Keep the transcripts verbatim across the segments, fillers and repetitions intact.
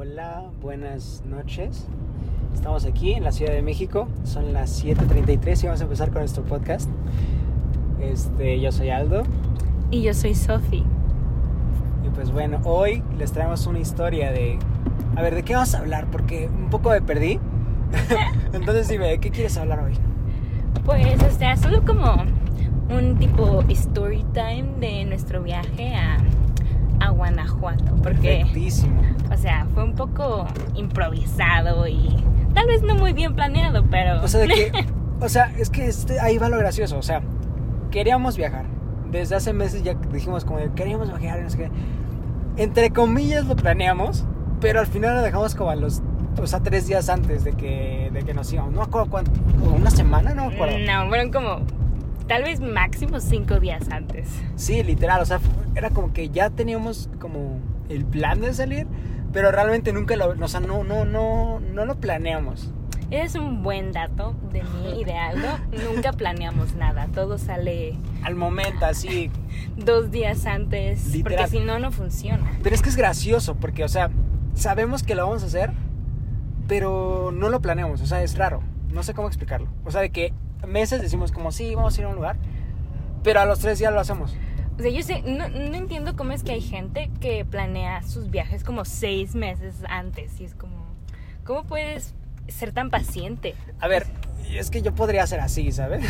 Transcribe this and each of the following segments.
Hola, buenas noches. Estamos aquí en la Ciudad de México. Son las siete treinta y tres y vamos a empezar con nuestro podcast. Este, yo soy Aldo. Y yo soy Sofi. Y pues bueno, hoy les traemos una historia de... A ver, ¿de qué vamos a hablar? Porque un poco me perdí. Entonces dime, ¿de qué quieres hablar hoy? Pues, o sea, solo como un tipo story time de nuestro viaje a, a Guanajuato. Porque, Perfectísimo. o sea, fue un poco improvisado y tal vez no muy bien planeado, pero... O sea, de que... O sea, es que este, ahí va lo gracioso. O sea, queríamos viajar. Desde hace meses ya dijimos como de, queríamos viajar, no sé qué. Entre comillas lo planeamos, pero al final lo dejamos como a los... O sea, tres días antes de que, de que nos íbamos. No me acuerdo cuánto. ¿Una semana? No me acuerdo. No, fueron como... Tal vez máximo cinco días antes. Sí, literal. O sea, era como que ya teníamos como el plan de salir, pero realmente nunca lo... O sea, no, no, no, no lo planeamos. Es un buen dato de mí y de Aldo. Nunca planeamos nada. Todo sale... Al momento, así. Dos días antes. Literal. Porque si no, no funciona. Pero es que es gracioso, porque, o sea, sabemos que lo vamos a hacer, pero no lo planeamos. O sea, es raro. No sé cómo explicarlo. O sea, de que meses decimos como, sí, vamos a ir a un lugar, pero a los tres días lo hacemos. O sea, yo sé, no, no entiendo cómo es que hay gente que planea sus viajes como seis meses antes. Y es como, ¿cómo puedes ser tan paciente? A ver, es que yo podría ser así, ¿sabes?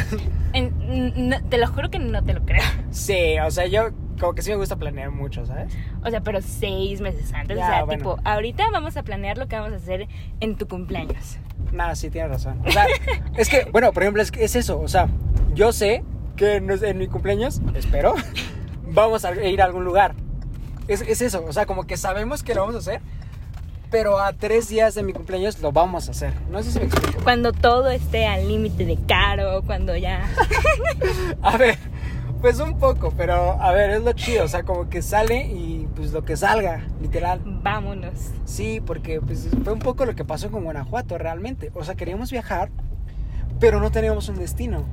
En, no, te lo juro que no te lo creo. Sí, o sea, yo como que sí me gusta planear mucho, ¿sabes? O sea, pero seis meses antes. Ya, o sea, bueno. tipo, ahorita vamos a planear lo que vamos a hacer en tu cumpleaños. Nada, sí, tienes razón. O sea, es que, bueno, por ejemplo, es, que es eso. O sea, yo sé que en, en mi cumpleaños, espero, vamos a ir a algún lugar. Es, es eso, o sea, como que sabemos que lo vamos a hacer, pero a tres días de mi cumpleaños lo vamos a hacer. No sé si me explico. Cuando todo esté al límite de caro, cuando ya... A ver, pues un poco, pero a ver, es lo chido. O sea, como que sale y pues lo que salga, literal. Vámonos. Sí, porque pues fue un poco lo que pasó con Guanajuato realmente. O sea, queríamos viajar, pero no teníamos un destino.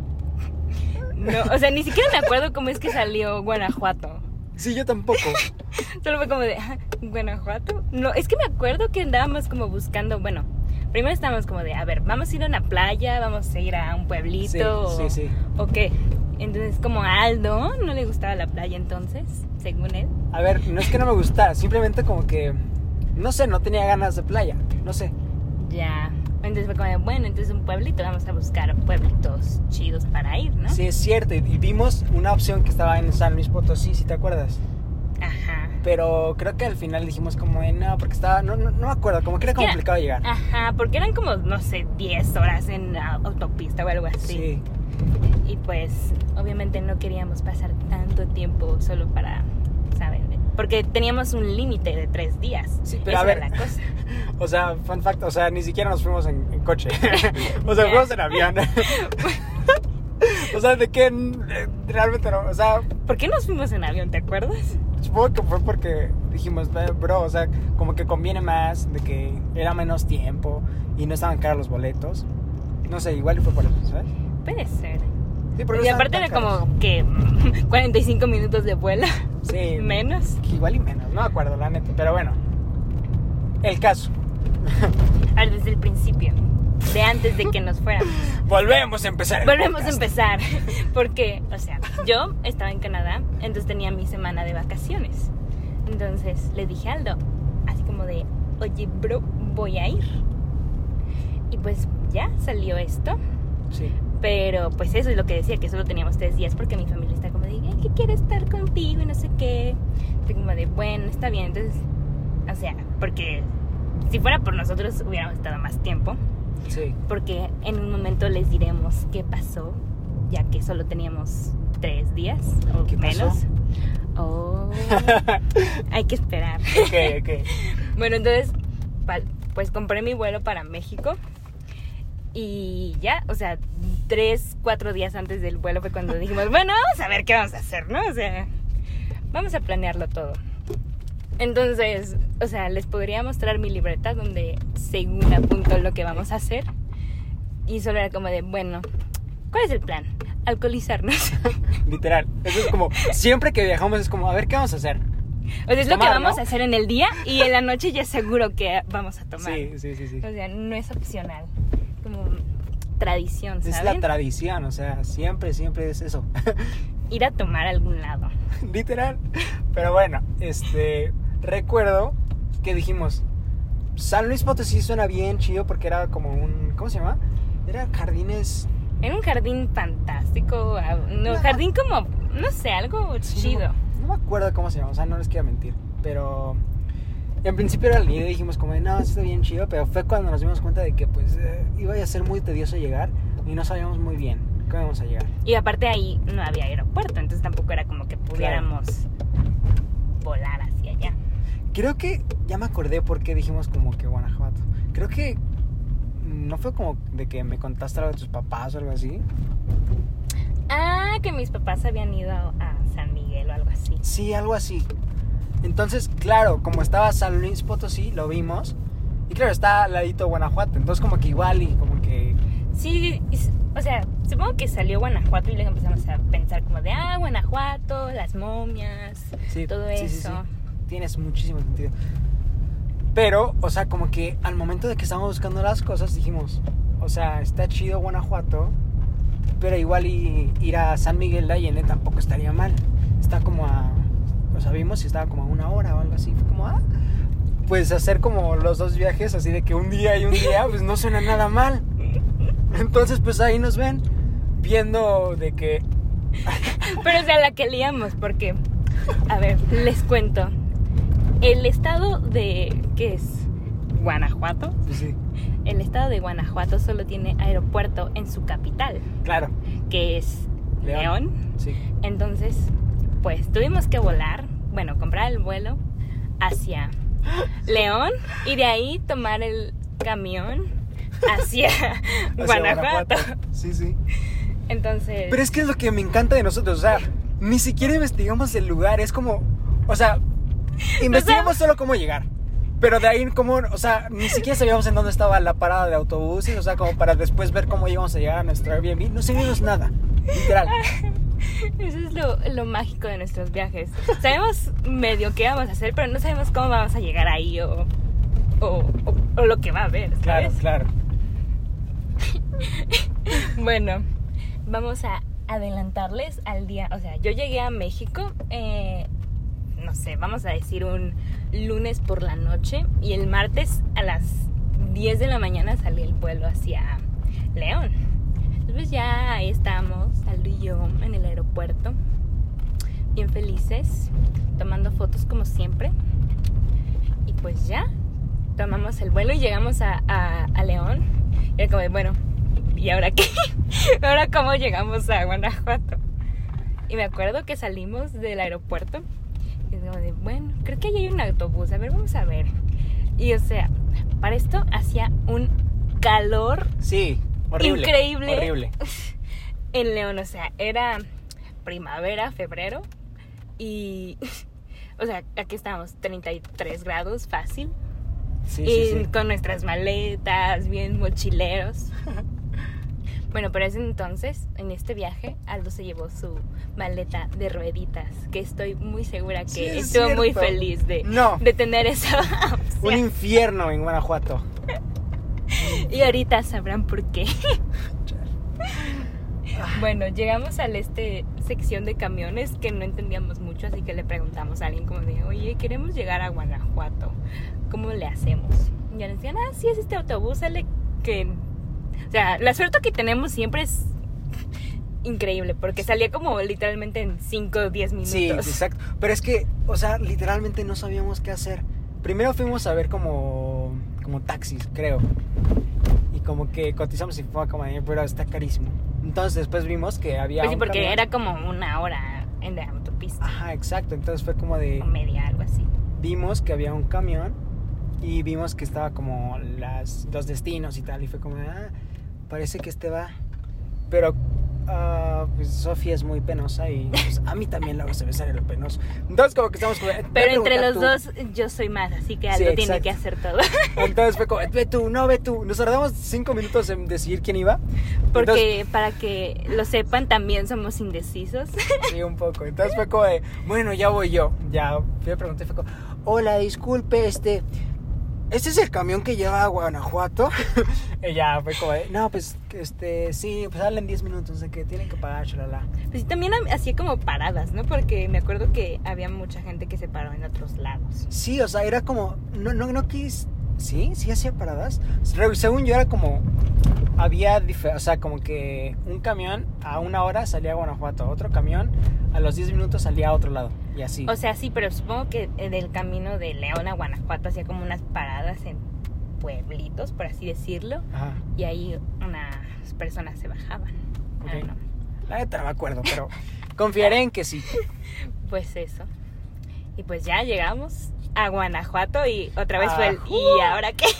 No, o sea, ni siquiera me acuerdo cómo es que salió Guanajuato. Sí, yo tampoco. Solo fue como de, ah, ¿Guanajuato? No, es que me acuerdo que andábamos como buscando, bueno, primero estábamos como de, a ver, vamos a ir a una playa, vamos a ir a un pueblito. Sí, o, sí, sí. ¿O qué? Entonces, como a Aldo no le gustaba la playa entonces, según él. A ver, no es que no me gustara, simplemente como que, no sé, no tenía ganas de playa, no sé. Ya, entonces fue como de, bueno, entonces un pueblito, vamos a buscar pueblitos chidos para ir, ¿no? Sí, es cierto, y vimos una opción que estaba en San Luis Potosí, si te acuerdas. Ajá. Pero creo que al final dijimos como, de, no, porque estaba, no, no, no me acuerdo, como que era Es que complicado era, llegar. Ajá, porque eran como, no sé, diez horas en la autopista o algo así. Sí. Y pues, obviamente no queríamos pasar tanto tiempo solo para, ¿saben? Porque teníamos un límite de tres días. Sí, pero Esa a ver, era la cosa. O sea, fun fact, o sea, ni siquiera nos fuimos en, en coche. O sea, fuimos en avión. O sea, de qué eh, realmente no, o sea, ¿Por qué nos fuimos en avión, te acuerdas? supongo que fue porque dijimos, bro, o sea, como que conviene más, de que era menos tiempo y no estaban caros los boletos. No sé, igual fue por eso, ¿sabes? Puede ser. Sí, pero no Y estaban aparte tan era caros. como que cuarenta y cinco minutos de vuelo. Sí. Menos. Igual y menos, no me acuerdo, la neta. Pero bueno, el caso. A ver, desde el principio. De antes de que nos fuéramos. Volvemos a empezar el Volvemos a podcast. empezar. Porque, o sea, yo estaba en Canadá, entonces tenía mi semana de vacaciones. Entonces le dije a Aldo, así como de, oye, bro, voy a ir. Y pues ya salió esto. Sí. Pero pues eso es lo que decía, que solo teníamos tres días porque mi familia está como de, ay, que quiere estar contigo y no sé qué. Estoy como de, bueno, está bien. Entonces, o sea, porque si fuera por nosotros hubiéramos estado más tiempo. Sí. Porque en un momento les diremos qué pasó, ya que solo teníamos tres días o ¿Qué pasó? menos. Oh, hay que esperar. Ok, ok. Bueno, entonces, pa- pues compré mi vuelo para México. Y ya, o sea, tres, cuatro días antes del vuelo fue cuando dijimos, bueno, vamos a ver qué vamos a hacer, ¿no? O sea, vamos a planearlo todo. Entonces, o sea, les podría mostrar mi libreta donde según apunto lo que vamos a hacer. Y solo era como de, bueno, ¿cuál es el plan? Alcoholizarnos. Literal. Eso es como, siempre que viajamos es como, a ver, ¿qué vamos a hacer? O sea, es lo tomar, que vamos ¿no? a hacer en el día y en la noche ya seguro que vamos a tomar. Sí, sí, sí, sí. O sea, no es opcional. Como tradición, ¿saben? Es la tradición, o sea, siempre, siempre es eso. Ir a tomar a algún lado. Literal. Pero bueno, este, recuerdo que dijimos, San Luis Potosí suena bien chido porque era como un, ¿cómo se llama? Era jardines... Era un jardín fantástico, no, No. jardín como, no sé, algo Sí, chido. No, no me acuerdo cómo se llama, o sea, no les quiero mentir, pero en principio era la idea y dijimos como, no, esto está bien chido, pero fue cuando nos dimos cuenta de que pues eh, iba a ser muy tedioso llegar y no sabíamos muy bien cómo íbamos a llegar. Y aparte ahí no había aeropuerto, entonces tampoco era como que pudiéramos volar hacia allá. Creo que, ya me acordé por qué dijimos como que Guanajuato. Creo que no fue como de que me contaste algo de tus papás o algo así. Ah, que mis papás habían ido a, a San Miguel o algo así. Sí, algo así. Entonces, claro, como estaba San Luis Potosí, lo vimos. Y claro, está al ladito Guanajuato. Entonces como que igual y como que... Sí, es- o sea, supongo que salió Guanajuato y luego empezamos a pensar como de, ah, Guanajuato, las momias, Sí, todo sí, eso. sí, sí. Tienes muchísimo sentido. Pero, o sea, como que al momento de que estábamos buscando las cosas dijimos, o sea, está chido Guanajuato, pero igual y ir a San Miguel de Allende tampoco estaría mal. Está como a, o sea, vimos si estaba como a una hora o algo así. Fue como, ah, pues hacer como los dos viajes así de que un día y un día, pues no suena nada mal. Entonces, pues ahí nos ven viendo de que... Pero o sea, la que liamos, porque, a ver, les cuento. El estado de, ¿qué es? Guanajuato. Pues sí, El estado de Guanajuato solo tiene aeropuerto en su capital, claro. que es León. León. Sí. Entonces, pues tuvimos que volar, bueno, comprar el vuelo hacia León y de ahí tomar el camión hacia, Hacia Guanajuato. Sí, sí. Entonces, Pero es que es lo que me encanta de nosotros, o sea, ni siquiera investigamos el lugar, es como, o sea, investigamos solo cómo llegar, pero de ahí como, o sea, ni siquiera sabíamos en dónde estaba la parada de autobuses, o sea, como para después ver cómo íbamos a llegar a nuestro Airbnb, no sabíamos nada, literal. eso es lo, lo mágico de nuestros viajes. Sabemos medio qué vamos a hacer, pero no sabemos cómo vamos a llegar ahí o, o, o, o lo que va a haber, Claro, ¿sabes? claro. Bueno, vamos a adelantarles al día. O sea, yo llegué a México, eh, no sé, vamos a decir un lunes por la noche. Y el martes a las diez de la mañana salí el vuelo hacia León. Entonces ya ahí estamos, Aldo y yo, en el aeropuerto, bien felices, tomando fotos como siempre. Y pues ya, tomamos el vuelo y llegamos a, a, a León. Y era como de, bueno, ¿y ahora qué? ¿Ahora cómo llegamos a Guanajuato? Y me acuerdo que salimos del aeropuerto y es como de, bueno, creo que ahí hay un autobús, a ver, vamos a ver. Y o sea, para esto hacía un calor Sí, horrible. increíble Horrible. en León. O sea, era primavera, febrero y, o sea, aquí estábamos, treinta y tres grados fácil. Sí, Y sí, sí. con nuestras maletas, bien mochileros. Bueno, pero ese entonces, en este viaje, Aldo se llevó su maleta de rueditas, que estoy muy segura que Sí, es estuvo cierto. muy feliz de, No. de tener esa Un opción. infierno en Guanajuato. Y ahorita sabrán por qué. Bueno, llegamos a este sección de camiones que no entendíamos mucho, así que le preguntamos a alguien como de, oye, queremos llegar a Guanajuato, ¿cómo le hacemos? Y ya nos decían, ah, sí, es este autobús, sale que... O sea, la suerte que tenemos siempre es increíble, porque salía como literalmente en cinco o diez minutos. Sí, exacto. Pero es que, o sea, literalmente no sabíamos qué hacer. Primero fuimos a ver como, como taxis, creo. Y como que cotizamos y fue como, "Eh, pero está carísimo". Entonces después vimos que había Pues sí, un porque camión. era como una hora en la autopista, Ajá, exacto. Entonces fue como de... o media, algo así. Vimos que había un camión y vimos que estaba como las, los destinos y tal. Y fue como, ah, parece que este va. Pero ah, pues Sofía es muy penosa y pues, a mí también la vas a besar en lo penoso. Entonces como que estamos como... Pero entre los tú. dos yo soy más, así que Aldo sí, tiene que hacer todo. Entonces fue como, ve tú, no, ve tú. Nos tardamos cinco minutos en decidir quién iba. Porque Entonces, para que lo sepan, también somos indecisos. Sí, un poco. Entonces fue como de, bueno, ya voy yo. Ya fui a preguntar, fue como, hola, disculpe, este... ¿este es el camión que lleva a Guanajuato? Y ya fue como de, no, pues, este, sí, pues salen diez minutos, de que tienen que pagar, chalala. Pues también hacía como paradas, ¿no? Porque me acuerdo que había mucha gente que se paró en otros lados. Sí, o sea, era como, no, no, no quis, sí, sí hacía paradas. Según yo era como, había, o sea, como que un camión a una hora salía a Guanajuato, otro camión a los diez minutos salía a otro lado, y así. O sea, sí, pero supongo que del camino de León a Guanajuato hacía como unas paradas en pueblitos, por así decirlo. Ajá. Y ahí unas personas se bajaban. Okay. Ah, no. La neta no me acuerdo, pero confiaré en que sí. Pues eso. Y pues ya llegamos a Guanajuato y otra vez ah, fue el... uh. ¿Y ahora qué?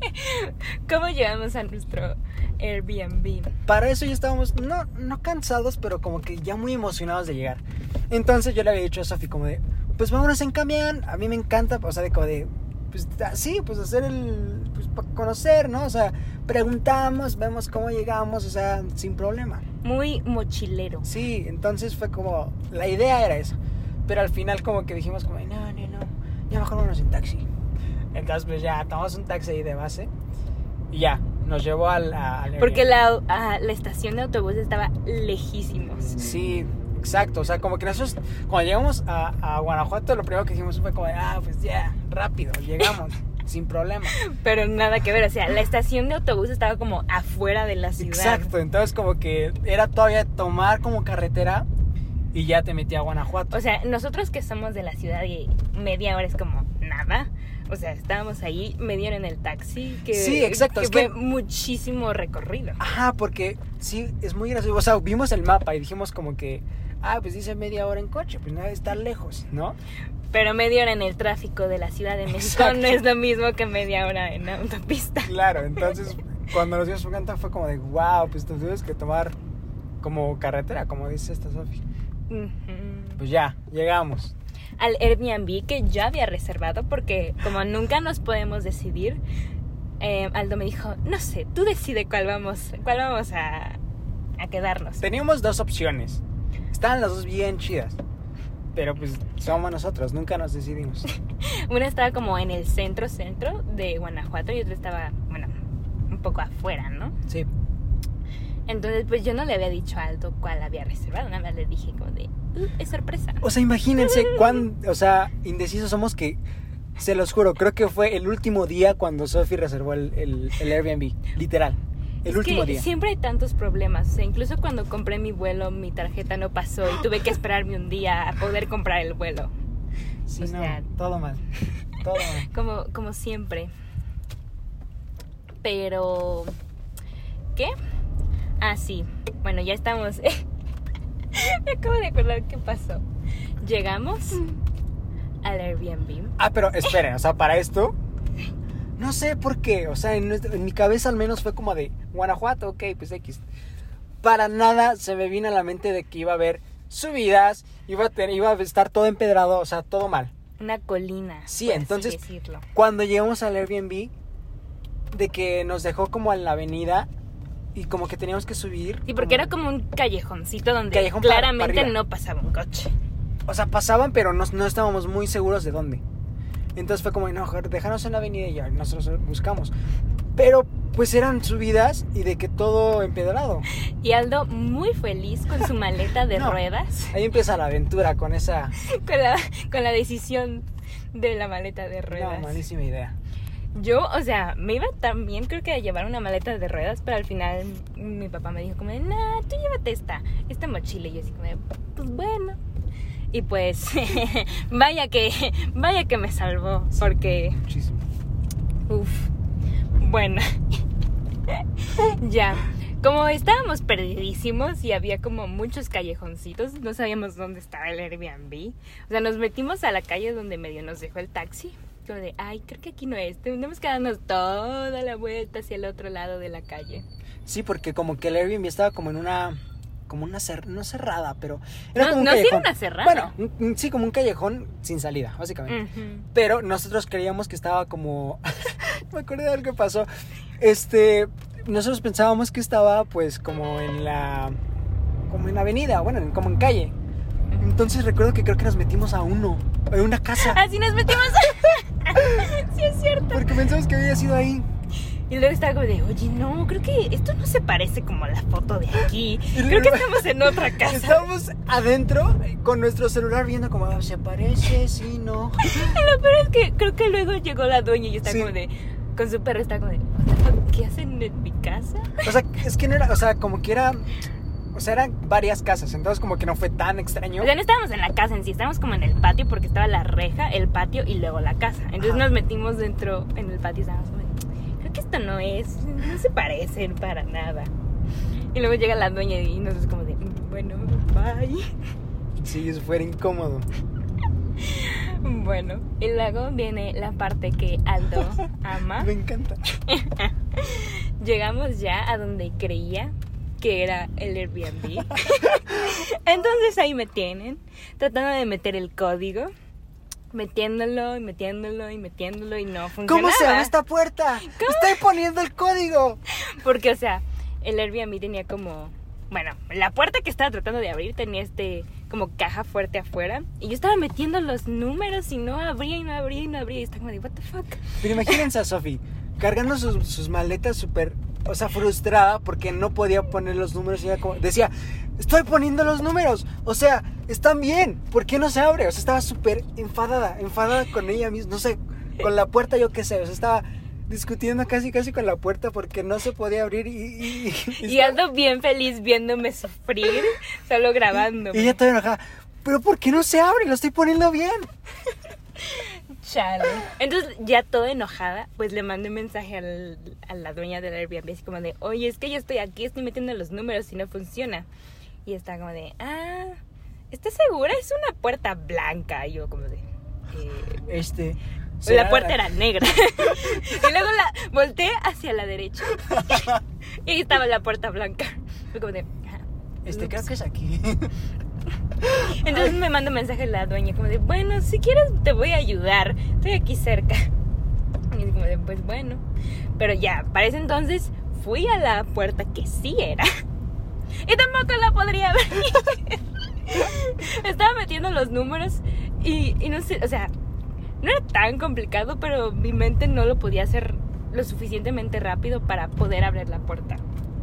¿Cómo llegamos a nuestro Airbnb? Para eso ya estábamos, no, no cansados, pero como que ya muy emocionados de llegar. Entonces yo le había dicho a Sofi como de, pues vámonos en camión. A mí me encanta, o sea, de como de, pues sí, pues hacer el, pues para conocer, ¿no? O sea, preguntamos, vemos cómo llegamos, o sea, sin problema. Muy mochilero. Sí, entonces fue como, la idea era eso. Pero al final como que dijimos como, no, no, no, ya mejor vámonos en taxi. Entonces pues ya tomamos un taxi ahí de base y ya, nos llevó al... al Porque la, a, la estación de autobús estaba lejísimos. Sí, exacto, o sea, como que nosotros cuando llegamos a, a Guanajuato lo primero que dijimos fue como, ah, pues ya, rápido, llegamos, sin problema. Pero nada que ver, o sea, la estación de autobús estaba como afuera de la ciudad. Exacto, entonces como que era todavía tomar como carretera y ya te metí a Guanajuato. O sea, nosotros que somos de la ciudad y media hora es como nada. O sea, estábamos ahí media hora en el taxi. Que, sí, exacto. Que es fue que... muchísimo recorrido. Ajá, porque sí, es muy gracioso. O sea, vimos el mapa y dijimos como que, ah, pues dice media hora en coche, pues no debe estar lejos, ¿no? Pero media hora en el tráfico de la Ciudad de México exacto. No es lo mismo que media hora en la autopista. Claro, entonces cuando nos dimos cuenta fue como de, wow, pues tú tienes que tomar como carretera, como dice esta Sofi. Uh-huh. Pues ya, llegamos al Airbnb que yo había reservado porque como nunca nos podemos decidir, eh, Aldo me dijo, no sé, tú decide cuál vamos, cuál vamos a, a quedarnos. Teníamos dos opciones, estaban las dos bien chidas, pero pues somos nosotros, nunca nos decidimos. Una estaba como en el centro centro de Guanajuato y otra estaba, bueno, un poco afuera, ¿no? Sí. Entonces, pues yo no le había dicho a Aldo cuál había reservado, nada más le dije como de, uh, es sorpresa. O sea, imagínense cuán, o sea, indecisos somos que, se los juro, creo que fue el último día cuando Sofi reservó el, el, el Airbnb, literal, el es último que día. Siempre hay tantos problemas, o sea, incluso cuando compré mi vuelo, mi tarjeta no pasó y tuve que esperarme un día a poder comprar el vuelo. Sí, o no, sea, todo mal, todo mal. Como, como siempre. Pero, ¿qué? Ah, sí. Bueno, ya estamos. Me acabo de acordar qué pasó. Llegamos al Airbnb. Ah, pero esperen, o sea, para esto, no sé por qué, o sea, en, en mi cabeza al menos fue como de Guanajuato, ok, pues X. Para nada se me vino a la mente de que iba a haber subidas, iba a, tener, iba a estar todo empedrado, o sea, todo mal. Una colina. Sí, entonces, cuando llegamos al Airbnb, de que nos dejó como en la avenida y como que teníamos que subir. Sí, porque como... era como un callejoncito donde Callejón claramente para, para no pasaba un coche. O sea, pasaban, pero no, no estábamos muy seguros de dónde. Entonces fue como, no, déjanos en la avenida y ya nosotros buscamos. Pero pues eran subidas y de que todo empedrado. Y Aldo muy feliz con su maleta de no, ruedas. Ahí empieza la aventura con esa... con, la, con la decisión de la maleta de ruedas. No, malísima idea. Yo, o sea, me iba también creo que a llevar una maleta de ruedas, pero al final mi papá me dijo como de, nah, tú llévate esta, esta mochila. Y yo así como de, pues bueno. Y pues, vaya que, vaya que me salvó, porque... Muchísimo. Uf, bueno. Ya, como estábamos perdidísimos y había como muchos callejoncitos, no sabíamos dónde estaba el Airbnb. O sea, nos metimos a la calle donde medio nos dejó el taxi. Como de, ay, creo que aquí no es. Tenemos que darnos toda la vuelta hacia el otro lado de la calle. Sí, porque como que el Airbnb estaba como en una como una cer no cerrada, pero era no, como un no callejón. sí era una cerrada. Bueno, un, un, sí, como un callejón sin salida, básicamente. Uh-huh. Pero nosotros creíamos que estaba como... me acordé de algo que pasó. Este, nosotros pensábamos que estaba pues como en la... como en avenida, bueno, como en calle. Entonces recuerdo que creo que nos metimos a uno, en una casa. Así nos metimos. Sí, es cierto. Porque pensamos que había sido ahí. Y luego estaba como de, oye, no, creo que esto no se parece como a la foto de aquí. Y Creo luego, que estamos en otra casa. Estábamos adentro con nuestro celular viendo como, ah, se parece, sí, no. Y lo peor es que creo que luego llegó la dueña y está Sí. como de, con su perro está como de, what the fuck, ¿qué hacen en mi casa? O sea, es que no era, o sea, como que era, o sea, eran varias casas, entonces como que no fue tan extraño. O sea, no estábamos en la casa en sí, estábamos como en el patio porque estaba la reja, el patio y luego la casa. Entonces Ajá. nos metimos dentro en el patio y estábamos como de, creo que esto no es, no se parecen para nada. Y luego llega la dueña y nosotros como de, bueno, bye. Sí, eso fue incómodo. Bueno, y luego viene la parte que Aldo ama. Me encanta. Llegamos ya a donde creía que era el Airbnb. Entonces ahí me tienen, tratando de meter el código, metiéndolo y metiéndolo y metiéndolo y no funcionaba. ¿Cómo se abre esta puerta? ¿Cómo? Estoy poniendo el código. Porque, o sea, el Airbnb tenía como... Bueno, la puerta que estaba tratando de abrir tenía este como caja fuerte afuera. Y yo estaba metiendo los números y no abría y no abría y no abría. Y estaba como de, what the fuck. Pero imagínense a Sofi cargando sus, sus maletas súper, o sea, frustrada porque no podía poner los números. Y ella como, decía, estoy poniendo los números. O sea, están bien. ¿Por qué no se abre? O sea, estaba súper enfadada, enfadada con ella misma. No sé, con la puerta yo qué sé. O sea, estaba discutiendo casi casi con la puerta porque no se podía abrir y... Y, y, y ando bien feliz viéndome sufrir, solo grabándome. Y ella estaba enojada. ¿Pero por qué no se abre? Lo estoy poniendo bien. Chale. Entonces, ya toda enojada, pues le mandé un mensaje al, a la dueña del Airbnb, así como de, oye, es que yo estoy aquí, estoy metiendo los números y no funciona. Y está como de, ah, ¿estás segura? Es una puerta blanca. Y yo como de, eh... Este... la puerta era negra. Y luego la volteé hacia la derecha y ahí estaba la puerta blanca. Fue como de, ah, Este, ups. creo que es aquí. Entonces me manda un mensaje a la dueña como de, bueno, si quieres te voy a ayudar, estoy aquí cerca. Y como de, pues bueno. Pero ya, para ese entonces fui a la puerta que sí era y tampoco la podría abrir. Estaba metiendo los números y, y no sé, o sea, no era tan complicado, pero mi mente no lo podía hacer lo suficientemente rápido para poder abrir la puerta.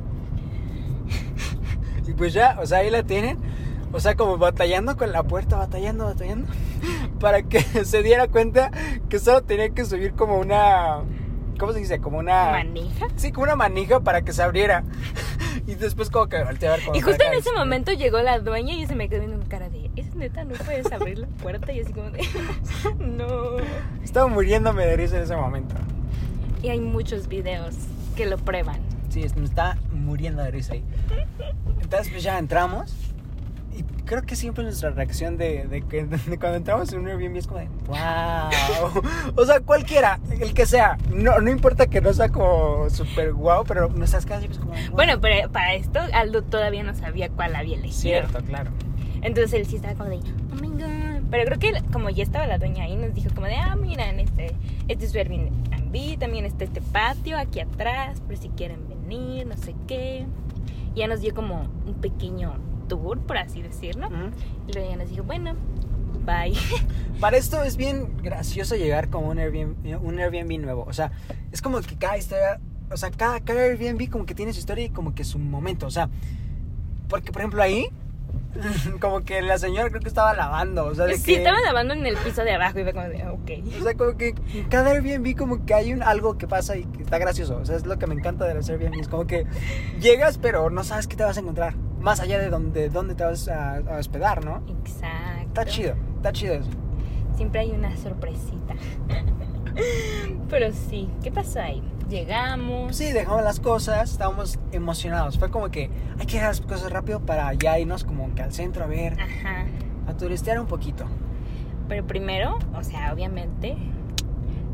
Y pues ya, o sea, ahí la tienen. O sea, como batallando con la puerta, batallando, batallando. Para que se diera cuenta que solo tenía que subir como una... ¿Cómo se dice? Como una... ¿Manija? Sí, como una manija para que se abriera. Y después como que volteé a ver como... Y justo en ese momento llegó la dueña y se me quedó viendo con cara de, ¿es neta? ¿No puedes abrir la puerta? Y así como de, no. Estaba muriéndome de risa en ese momento. Y hay muchos videos que lo prueban. Sí, me estaba muriendo de risa ahí. Entonces pues ya entramos. Y creo que siempre nuestra reacción de, de, que, de cuando entramos en un Airbnb es como de wow. O sea, cualquiera, el que sea. No, no importa que no sea como súper guau, pero nuestras casas es como wow. Bueno, pero para esto Aldo todavía no sabía cuál había elegido. Cierto, claro. Entonces él sí estaba como de, oh my god. Pero creo que como ya estaba la dueña ahí, nos dijo como de, ah, miren, este, este es su Airbnb, también está este patio aquí atrás, por si quieren venir, no sé qué. Y ya nos dio como un pequeño tour, por así decirlo. Uh-huh. Y luego ya nos dijo, bueno, bye. Para esto es bien gracioso llegar como un Airbnb, un Airbnb nuevo. O sea, es como que cada historia, o sea, cada, cada Airbnb como que tiene su historia y como que su momento. O sea, porque por ejemplo ahí, como que la señora creo que estaba lavando. O sea, de sí, que, estaba lavando en el piso de abajo y fue como de, ok. O sea, como que en cada Airbnb como que hay un, algo que pasa y que está gracioso. O sea, es lo que me encanta de los Airbnbs. Como que llegas pero no sabes qué te vas a encontrar. Más allá de dónde, dónde te vas a, a hospedar, ¿no? Exacto. Está chido, está chido eso. Siempre hay una sorpresita. Pero sí, ¿qué pasó ahí? Llegamos. Sí, dejamos las cosas, estábamos emocionados. Fue como que hay que dejar las cosas rápido para ya irnos como que al centro a ver. Ajá. A turistear un poquito. Pero primero, o sea, obviamente,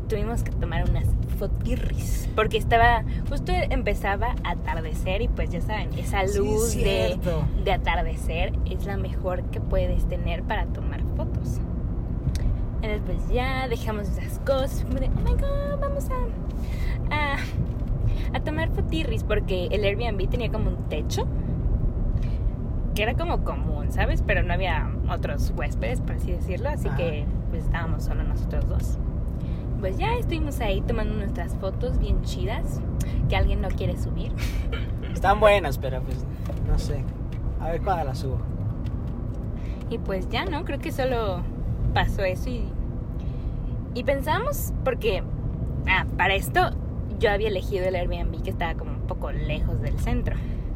tuvimos que tomar unas fotirris porque estaba, justo empezaba a atardecer y pues ya saben, esa luz Sí, de, cierto. de atardecer es la mejor que puedes tener para tomar fotos. Entonces pues ya dejamos esas cosas, como de, oh my god, vamos a, a, a tomar fotirris porque el Airbnb tenía como un techo que era como común, ¿sabes? Pero no había otros huéspedes, por así decirlo, así Ajá. que pues estábamos solo nosotros dos. Pues ya estuvimos ahí tomando nuestras fotos bien chidas que alguien no quiere subir. Están buenas, pero pues no sé. A ver cuándo las subo. Y pues ya, ¿no? Creo que solo pasó eso y, y pensamos, porque ah, para esto yo había elegido el Airbnb que estaba como un poco lejos del centro.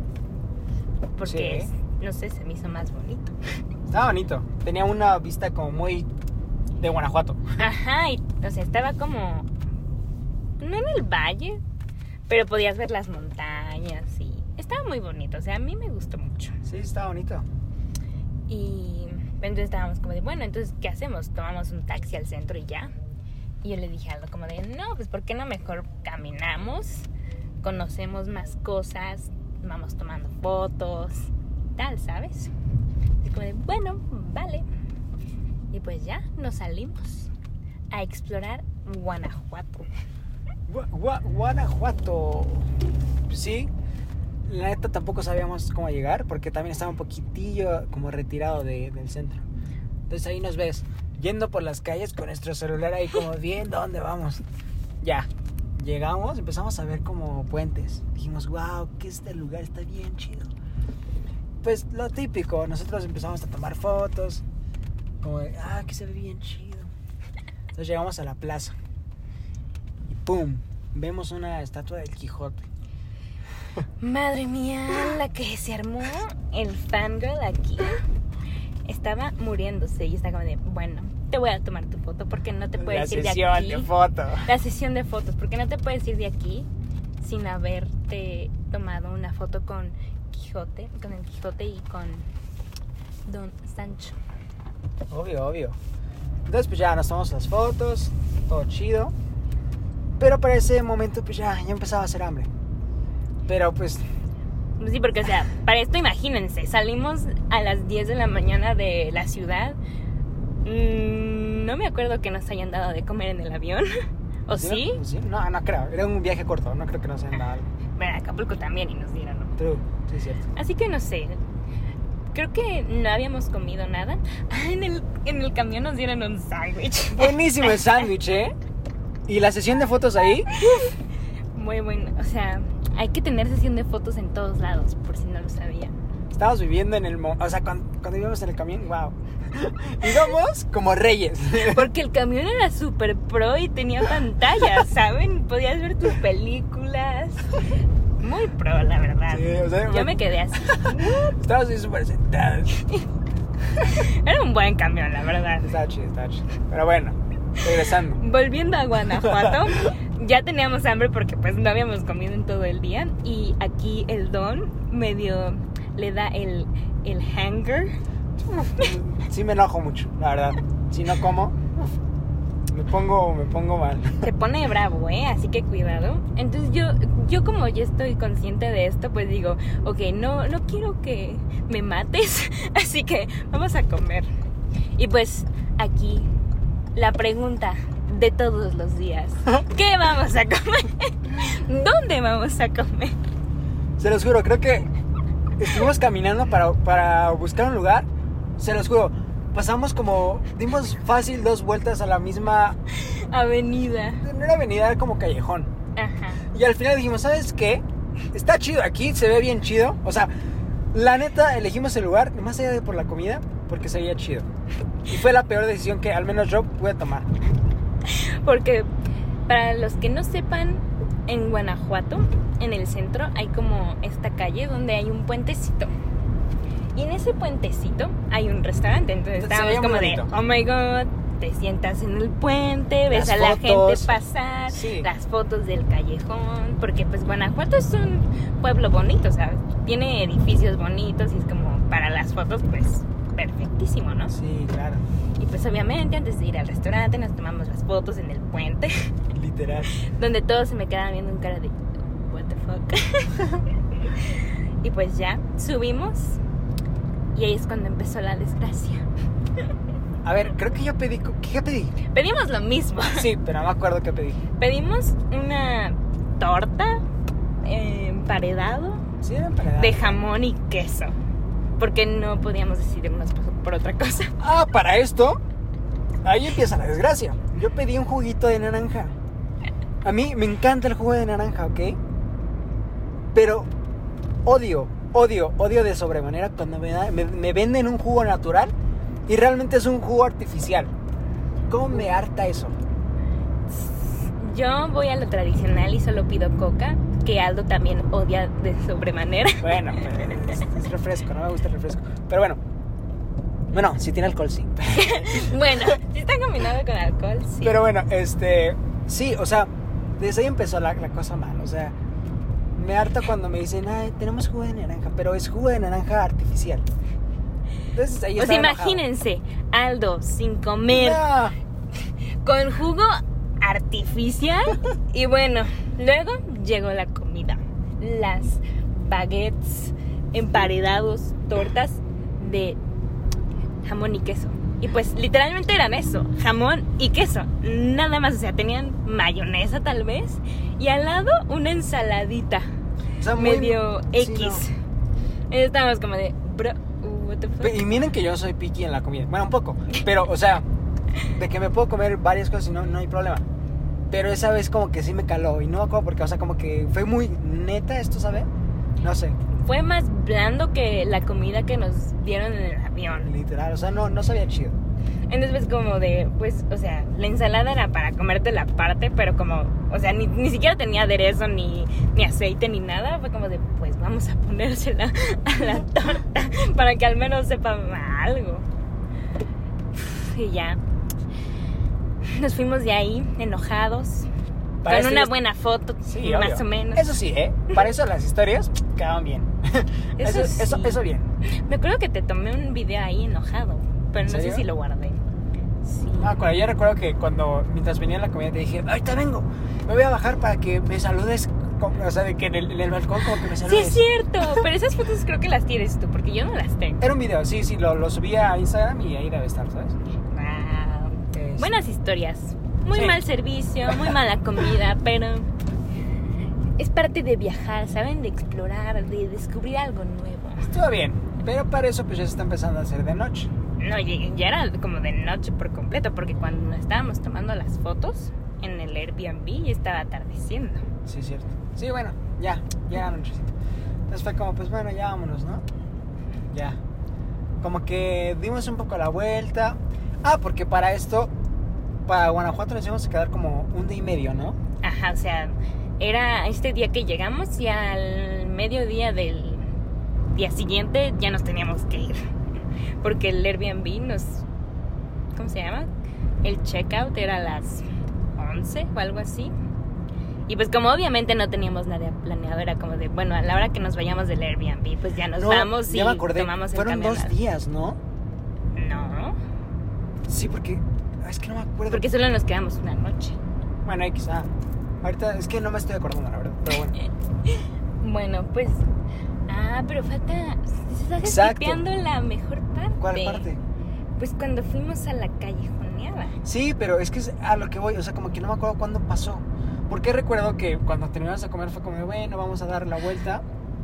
Porque, Sí. no sé, se me hizo más bonito. Estaba bonito. Tenía una vista como muy de Guanajuato. Ajá, y o sea, estaba como, no en el valle, pero podías ver las montañas y estaba muy bonito, o sea, a mí me gustó mucho. Sí, estaba bonito. Y entonces estábamos como de, bueno, entonces, ¿qué hacemos? Tomamos un taxi al centro y ya. Y yo le dije algo como de, no, pues, ¿por qué no mejor caminamos? Conocemos más cosas, vamos tomando fotos, tal, ¿sabes? Y como de, bueno, vale. Y pues ya, nos salimos a explorar Guanajuato. Gua- Gua- Guanajuato. Sí. La neta tampoco sabíamos cómo llegar porque también estaba un poquitillo como retirado de- del centro. Entonces ahí nos ves yendo por las calles con nuestro celular ahí como viendo dónde vamos. Ya, llegamos, empezamos a ver como puentes. Dijimos, wow, que este lugar está bien chido. Pues lo típico, nosotros empezamos a tomar fotos. Como de, ah, que se ve bien chido. Entonces llegamos a la plaza. Y pum, vemos una estatua del Quijote. Madre mía, la que se armó el fangirl aquí estaba muriéndose y está como de, bueno, te voy a tomar tu foto porque no te puedes La ir de sesión aquí. de foto. La sesión de fotos, porque no te puedes ir de aquí sin haberte tomado una foto con Quijote, con el Quijote y con Don Sancho. Obvio, obvio. Entonces pues ya nos tomamos las fotos, todo chido. Pero para ese momento pues ya, ya empezaba a hacer hambre. Pero pues Sí, porque, o sea, para esto imagínense, salimos a las diez de la mañana de la ciudad. Mm, no me acuerdo que nos hayan dado de comer en el avión. ¿O sí? ¿Sí? No, no creo. Era un viaje corto, no creo que nos hayan dado algo. Bueno, Acapulco también y nos dieron, ¿no? True, sí, es cierto. Así que no sé. Creo que no habíamos comido nada. Ah, en el, en el camión nos dieron un sándwich. Buenísimo el sándwich, ¿eh? Y la sesión de fotos ahí. Muy bueno. O sea, hay que tener sesión de fotos en todos lados, por si no lo sabían. Estábamos viviendo en el... mo- O sea, cuando, cuando íbamos en el camión, wow. Íbamos como reyes. Porque el camión era súper pro y tenía pantalla, ¿saben? Podías ver tus películas. Muy pro, la verdad. Sí, o sea, Yo me quedé así. Estábamos así súper sentados. Era un buen camión, la verdad. Estaba chido, estaba chido. Pero bueno, regresando. Volviendo a Guanajuato, ya teníamos hambre porque pues no habíamos comido en todo el día. Y aquí el Don medio le da el, el hunger. Sí me enojo mucho, la verdad. Si no como, me pongo, me pongo mal. Se pone bravo, ¿eh? Así que cuidado. Entonces yo, yo como ya estoy consciente de esto, pues digo, ok, no, no quiero que me mates, así que vamos a comer. Y pues aquí la pregunta de todos los días, ¿qué vamos a comer? ¿Dónde vamos a comer? Se los juro, creo que estuvimos caminando para, para buscar un lugar. Se los juro, pasamos como, dimos fácil dos vueltas a la misma, Avenida. no era avenida, era como callejón. Ajá. Y al final dijimos, ¿sabes qué? Está chido aquí, se ve bien chido. O sea, la neta, elegimos el lugar, más allá de por la comida, porque se veía chido. Y fue la peor decisión que al menos yo pude tomar. Porque para los que no sepan, en Guanajuato, en el centro, hay como esta calle donde hay un puentecito. Y en ese puentecito hay un restaurante. Entonces Se veía estábamos muy como de, bonito. oh my god, te sientas en el puente, ves Las a la fotos. gente pasar, Sí. las fotos del callejón. Porque pues Guanajuato es un pueblo bonito, ¿sabes? Tiene edificios bonitos y es como para las fotos, pues perfectísimo, ¿no? Sí, claro. Y pues obviamente antes de ir al restaurante nos tomamos las fotos en el puente. Literal. Donde todos se me quedaban viendo en cara de what the fuck. Y pues ya subimos y ahí es cuando empezó la desgracia. A ver, creo que yo pedí... ¿Qué pedí? Pedimos lo mismo. Sí, pero no me acuerdo qué pedí. Pedimos una torta eh, emparedado Sí, era emparedado. de jamón y queso. Porque no podíamos decidirnos por, por otra cosa. Ah, para esto, ahí empieza la desgracia. Yo pedí un juguito de naranja. A mí me encanta el jugo de naranja, ¿ok? Pero odio, odio, odio de sobremanera cuando me, da, me, me venden un jugo natural y realmente es un jugo artificial. ¿Cómo me harta eso? Yo voy a lo tradicional y solo pido coca, que Aldo también odia de sobremanera. Bueno, es, es refresco, no me gusta el refresco. Pero bueno, bueno, si tiene alcohol, sí. Bueno, si está combinado con alcohol, sí. Pero bueno, este, sí, o sea, desde ahí empezó la, la cosa mal. O sea, me harta cuando me dicen, ay, tenemos jugo de naranja, pero es jugo de naranja artificial. Entonces ahí Pues estaba imagínense, Aldo sin comer, enojado. con jugo artificial. Y bueno, luego llegó la comida. Las baguettes, emparedados, tortas de jamón y queso. Y pues literalmente eran eso, jamón y queso, nada más. O sea, tenían mayonesa tal vez y al lado una ensaladita, O sea, muy- medio sí, X. Y estábamos como de, bro, what the fuck. no. Y miren que yo soy picky en la comida. Bueno, un poco. Pero, o sea, de que me puedo comer varias cosas y no, no hay problema. Pero esa vez como que sí me caló. Y no me acuerdo porque, o sea, como que fue muy neta esto, ¿sabe? No sé. Fue más blando que la comida que nos dieron en el avión. Literal, o sea, no, no sabía chido. Entonces pues como de, pues, o sea, la ensalada era para comerte la parte, pero como, o sea, ni, ni siquiera tenía aderezo, ni, ni aceite, ni nada. Fue como de, pues vamos a ponérsela a la torta para que al menos sepa algo. Y ya. Nos fuimos de ahí, enojados, Para con eso una es- buena foto, Sí, más obvio. o menos. Eso sí, ¿eh? Para eso las historias quedaban bien. Eso Eso, eso, sí. eso bien. Me acuerdo que te tomé un video ahí enojado, pero no sé serio? si lo guardé. Sí. Ah, cuando yo recuerdo que cuando, mientras venía la comida, te dije, ahorita vengo, me voy a bajar para que me saludes, con- o sea, de que en el, en el balcón como que me Sí, saludes. es cierto, pero esas fotos creo que las tienes tú, porque yo no las tengo. Era un video, sí, sí, lo, lo subí a Instagram y ahí debe estar, ¿sabes? Wow. Es- Buenas historias. Muy Sí. mal servicio, muy mala comida, pero es parte de viajar, ¿saben? De explorar, de descubrir algo nuevo. Estuvo bien, pero para eso pues ya se está empezando a hacer de noche. No, ya ya era como de noche por completo, porque cuando nos estábamos tomando las fotos en el Airbnb ya estaba atardeciendo. Sí, es cierto. Sí, bueno, ya, ya era nochecito. Entonces fue como, pues bueno, ya vámonos, ¿no? Ya. Como que dimos un poco la vuelta. Ah, porque para esto, para Guanajuato nos íbamos a quedar como un día y medio, ¿no? Ajá, o sea, era este día que llegamos y al mediodía del día siguiente ya nos teníamos que ir. Porque el Airbnb nos... ¿Cómo se llama? El checkout era a las once o algo así. Y pues como obviamente no teníamos nada planeado, era como de, bueno, a la hora que nos vayamos del Airbnb, pues ya nos No, vamos y ya me acordé. tomamos el Fueron camión. dos días, ¿no? No, Sí, porque... ah, es que no me acuerdo. porque solo nos quedamos una noche. Bueno, X, ah. Ahorita es que no me estoy acordando, la verdad. Pero bueno. Bueno, pues... Ah, pero falta... Se está Exacto. skipeando la mejor parte. ¿Cuál parte? Pues cuando fuimos a la callejoneada. Sí, pero es que es a lo que voy. O sea, como que no me acuerdo cuándo pasó. Porque recuerdo que cuando terminamos de comer fue como, bueno, vamos a dar la vuelta.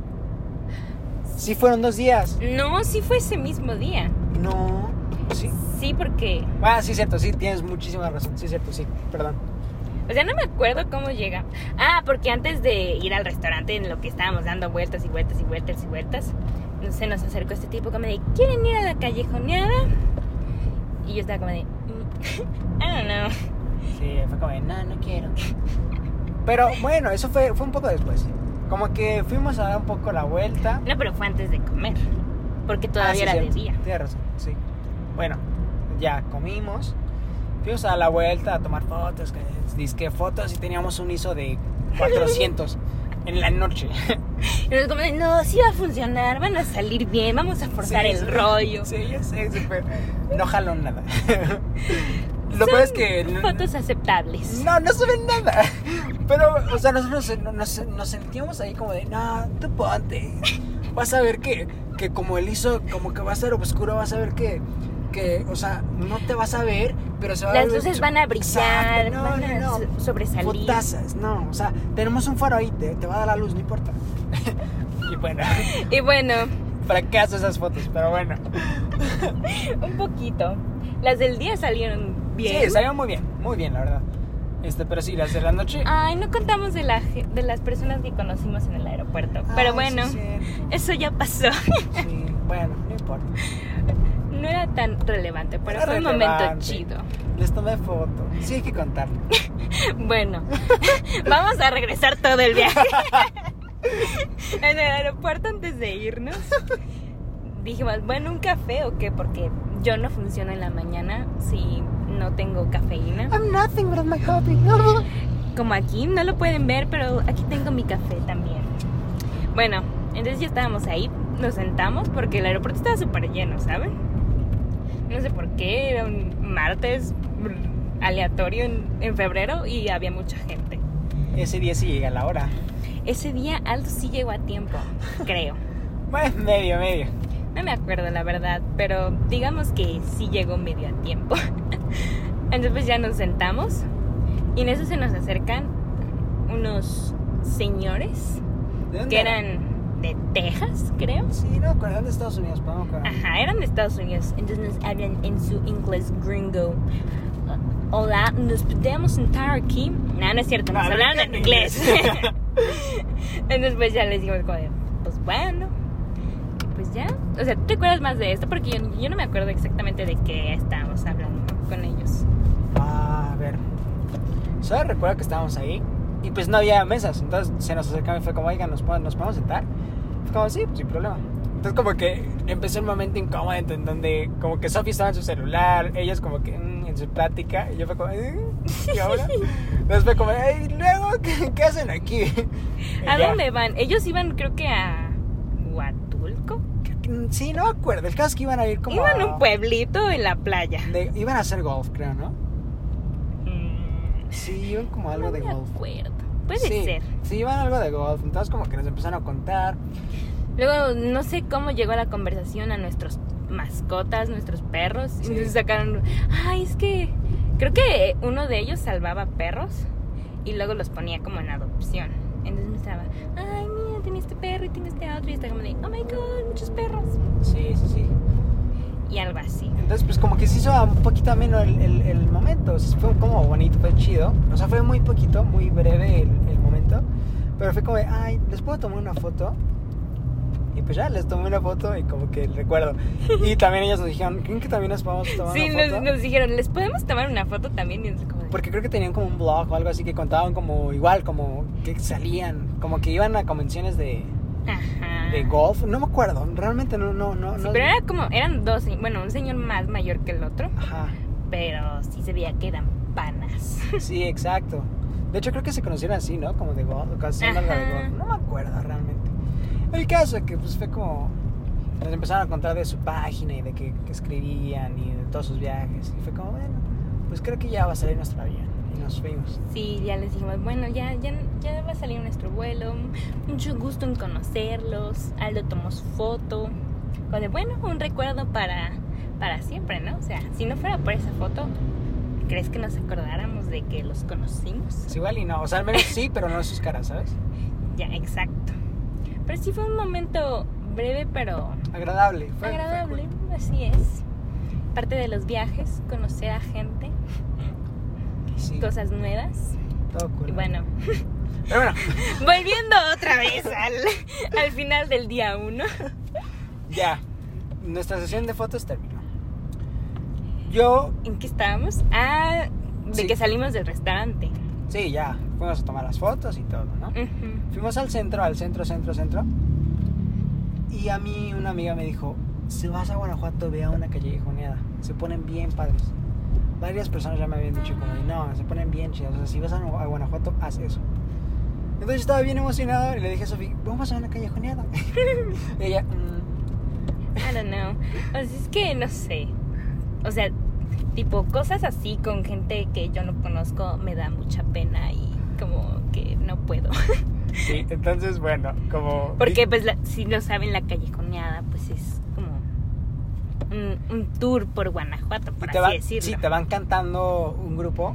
Sí, fueron dos días. No, sí fue ese mismo día. No. Sí. Sí, porque... Ah, sí, cierto. Sí, tienes muchísima razón. Sí, cierto, sí. Perdón. O sea, no me acuerdo cómo llega. Ah, porque antes de ir al restaurante, en lo que estábamos dando vueltas y vueltas y vueltas y vueltas, se nos acercó este tipo como de, ¿quieren ir a la callejoneada? Y yo estaba como de, mm, I don't know. Sí, fue como, de, no, no quiero. Pero bueno, eso fue, fue un poco después. Como que fuimos a dar un poco la vuelta. No, pero fue antes de comer, porque Ah, todavía sí, era de cierto. día. Tienes razón, sí. Bueno, ya comimos. Fuimos a dar la vuelta a tomar fotos. Que, disque fotos y teníamos un I S O de cuatrocientos en la noche. Y nos como, no, sí va a funcionar, van a salir bien, vamos a forzar Sí, el sí. rollo. Sí, ya sé, súper. No jaló nada. Lo Son peor es que... no- fotos aceptables. No, no se ve nada. Pero, o sea, nosotros nos, nos, nos sentíamos ahí como de, no, tú ponte. Vas a ver que, que como él hizo, como que va a ser oscuro, vas a ver que, que, o sea, no te vas a ver, pero se va Las a ver. luces van a brillar, Exacto, no, van a no, no. so- sobresalir. Fotazas, no, o sea, tenemos un faro ahí, te, te va a dar la luz, no importa. Y bueno, Y bueno, fracaso esas fotos, pero bueno. un poquito. Las del día salieron bien. Sí, salieron muy bien, muy bien, la verdad. Este, pero sí, las de la noche. Ay, no contamos de, la, ge- de las personas que conocimos en el aeropuerto. Pero Ay, bueno, sí, sí. eso ya pasó. Sí, bueno, no importa. No era tan relevante, pero Era fue un momento relevante. chido. Les tomé foto. Sí, hay que contarlo. Bueno, vamos a regresar todo el viaje. En el aeropuerto, antes de irnos, dijimos, bueno, un café o qué, porque yo no funciono en la mañana si no tengo cafeína. I'm nothing without my hobby. Como aquí, no lo pueden ver, pero aquí tengo mi café también. Bueno, entonces ya estábamos ahí, nos sentamos porque el aeropuerto estaba súper lleno, ¿saben? No sé por qué, era un martes aleatorio en, en febrero y había mucha gente. Ese día sí llega la hora. Ese día Aldo sí llegó a tiempo, creo. Bueno, medio, medio. No me acuerdo la verdad, pero digamos que sí llegó medio a tiempo. Entonces pues ya nos sentamos y en eso se nos acercan unos señores ¿De dónde que eran de Texas, creo. Sí, no, con eran de Estados Unidos, pero no con... Ajá, eran de Estados Unidos. Entonces nos hablan en su inglés gringo. Hola, ¿nos podemos sentar aquí? No, no es cierto, nos No, hablaron no, en no, inglés. inglés. Entonces pues ya les dijimos como de, pues bueno, pues ya. O sea, ¿tú te acuerdas más de esto? Porque yo, yo no me acuerdo exactamente de qué estábamos hablando con ellos. Ah, a ver. Solo recuerdo que estábamos ahí y pues no había mesas. Entonces se nos acercaron y fue como, oigan, ¿nos, podemos- ¿nos podemos sentar? Fue como, sí, sin problema. Entonces como que empezó un momento incómodo en donde como que Sophie estaba en su celular, ellos como que mm, en su plática y yo fue como, "Eh, ¿y ahora?" Entonces fue como, "Ey, luego, ¿qué, qué hacen aquí?" Y ¿A ya. dónde van? Ellos iban creo que a Huatulco. Sí, no me acuerdo. El caso es que iban a ir como Iban a a... un pueblito en la playa. de- iban a hacer golf, creo, ¿no? Mm, Sí, iban como a algo no de me golf. acuerdo. Puede sí, ser. Sí, iban a algo de golf. Entonces como que nos empezaron a contar. Luego, no sé cómo llegó la conversación a nuestros mascotas, nuestros perros. Sí. Entonces sacaron, ay, es que creo que uno de ellos salvaba perros y luego los ponía como en adopción. Entonces me estaba, ay, mira, tiene este perro y tiene este otro. Y está como de, oh my god, muchos perros. Sí, sí, sí. Y algo así. Entonces pues como que se hizo un poquito ameno el, el, el momento. O sea, fue como bonito, fue chido. O sea, fue muy poquito, muy breve el, el momento. Pero fue como de, ay, ¿les puedo tomar una foto? Y pues ya, les tomé una foto y como que recuerdo. Y también ellos nos dijeron, ¿creen que también nos podemos tomar Sí, una foto? nos, nos dijeron, ¿les podemos tomar una foto también? Y nosotros como de, Porque creo que tenían como un blog o algo así que contaban como igual, como que salían, como que iban a convenciones de, ajá. de golf. No me acuerdo, realmente no, no, no. Sí, no pero era como, eran dos, bueno, un señor más mayor que el otro, Ajá, pero sí se veía que eran panas. sí, exacto. De hecho creo que se conocieron así, ¿no? Como de golf, casi algo de Ajá. golf. No me acuerdo realmente. El caso es que pues fue como... Nos empezaron a contar de su página y de que, que escribían y de todos sus viajes. Y fue como, bueno, pues creo que ya va a salir nuestro avión. Y nos fuimos. Sí, ya les dijimos, bueno, ya, ya, ya va a salir nuestro vuelo, mucho gusto en conocerlos. Aldo tomó su foto, como de, bueno, un recuerdo para, para siempre, ¿no? O sea, si no fuera por esa foto, ¿crees que nos acordáramos de que los conocimos? Pues igual y no, o sea, al menos sí, pero no en sus caras, ¿sabes? Ya, exacto. Pero sí fue un momento breve, pero Agradable. Fue, agradable, fue cool. así es. Parte de los viajes, conocer a gente, Sí, cosas nuevas. todo cool. Y bueno, Pero bueno, volviendo otra vez al, al final del día uno. ya. Nuestra sesión de fotos terminó. Yo, ¿En qué estábamos? Ah, de Sí. que salimos del restaurante. sí, ya. Fuimos a tomar las fotos y todo, ¿no? Ujú. Fuimos al centro, al centro, centro, centro. Y a mí una amiga me dijo, si vas a Guanajuato, ve a una callejoneada. Se ponen bien padres. Varias personas ya me habían dicho como, no, se ponen bien chidas. O sea, si vas a a Guanajuato, haz eso. Entonces Entonces yo estaba bien emocionado y le dije a Sofi, vamos a una callejoneada. Y ella, mm. I don't know. O sea, es que no sé. O sea, tipo, cosas así con gente que yo no conozco me da mucha pena y como que no puedo. Sí, entonces, bueno, como... Porque, pues, la, si no saben, la callejoneada, pues es como un, un tour por Guanajuato, por y te así va, decirlo. Sí, te van cantando un grupo,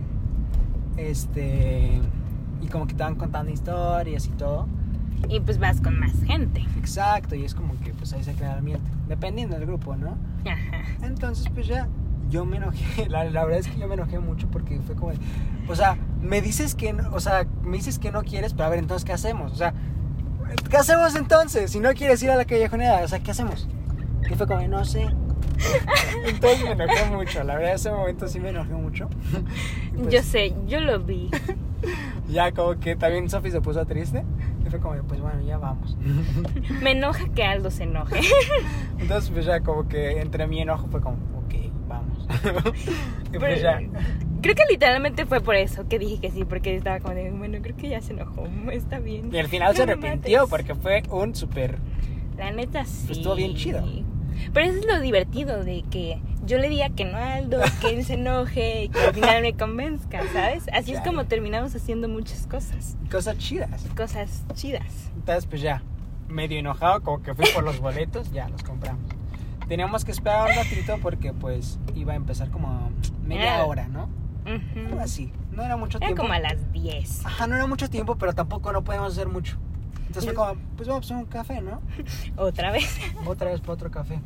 este... y como que te van contando historias y todo. Y pues vas con más gente. Exacto, y es como que, pues, ahí se crea el ambiente. Dependiendo del grupo, ¿no? Ajá. Entonces, pues, ya... Yo me enojé, la, la verdad es que yo me enojé mucho porque fue como, o sea, me dices que no, o sea, me dices que no quieres, pero a ver, entonces, ¿qué hacemos? O sea, ¿qué hacemos entonces? Si no quieres ir a la callejoneada, o sea, ¿qué hacemos? Y fue como, no sé. Entonces me enojé mucho, la verdad, ese momento sí me enojé mucho. Pues, yo sé, yo lo vi. Ya como que también Sofi se puso triste y fue como, pues bueno, ya vamos. Me enoja que Aldo se enoje. Entonces, pues ya como que entre mi enojo fue como, ok, vamos. Y pues Pero, ya. creo que literalmente fue por eso que dije que sí, porque estaba como de, bueno, creo que ya se enojó, está bien. Y al final No se me arrepintió mates. porque fue un súper... La neta sí. Pues estuvo bien chido. Pero eso es lo divertido de que yo le diga que no a Aldo, que él se enoje y que al final me convenzca, ¿sabes? Así Claro. es como terminamos haciendo muchas cosas. Cosas chidas. Cosas chidas. Entonces, pues ya, medio enojado, como que fui por los boletos, ya los compramos. Teníamos que esperar un ratito porque, pues, iba a empezar como media Ah. hora, ¿no? Ujú. Algo así. No era mucho Era tiempo. como a las diez. Ajá, no era mucho tiempo, pero tampoco no podíamos hacer mucho. Entonces fue como, pues vamos a un café, ¿no? Otra vez. Otra vez para otro café.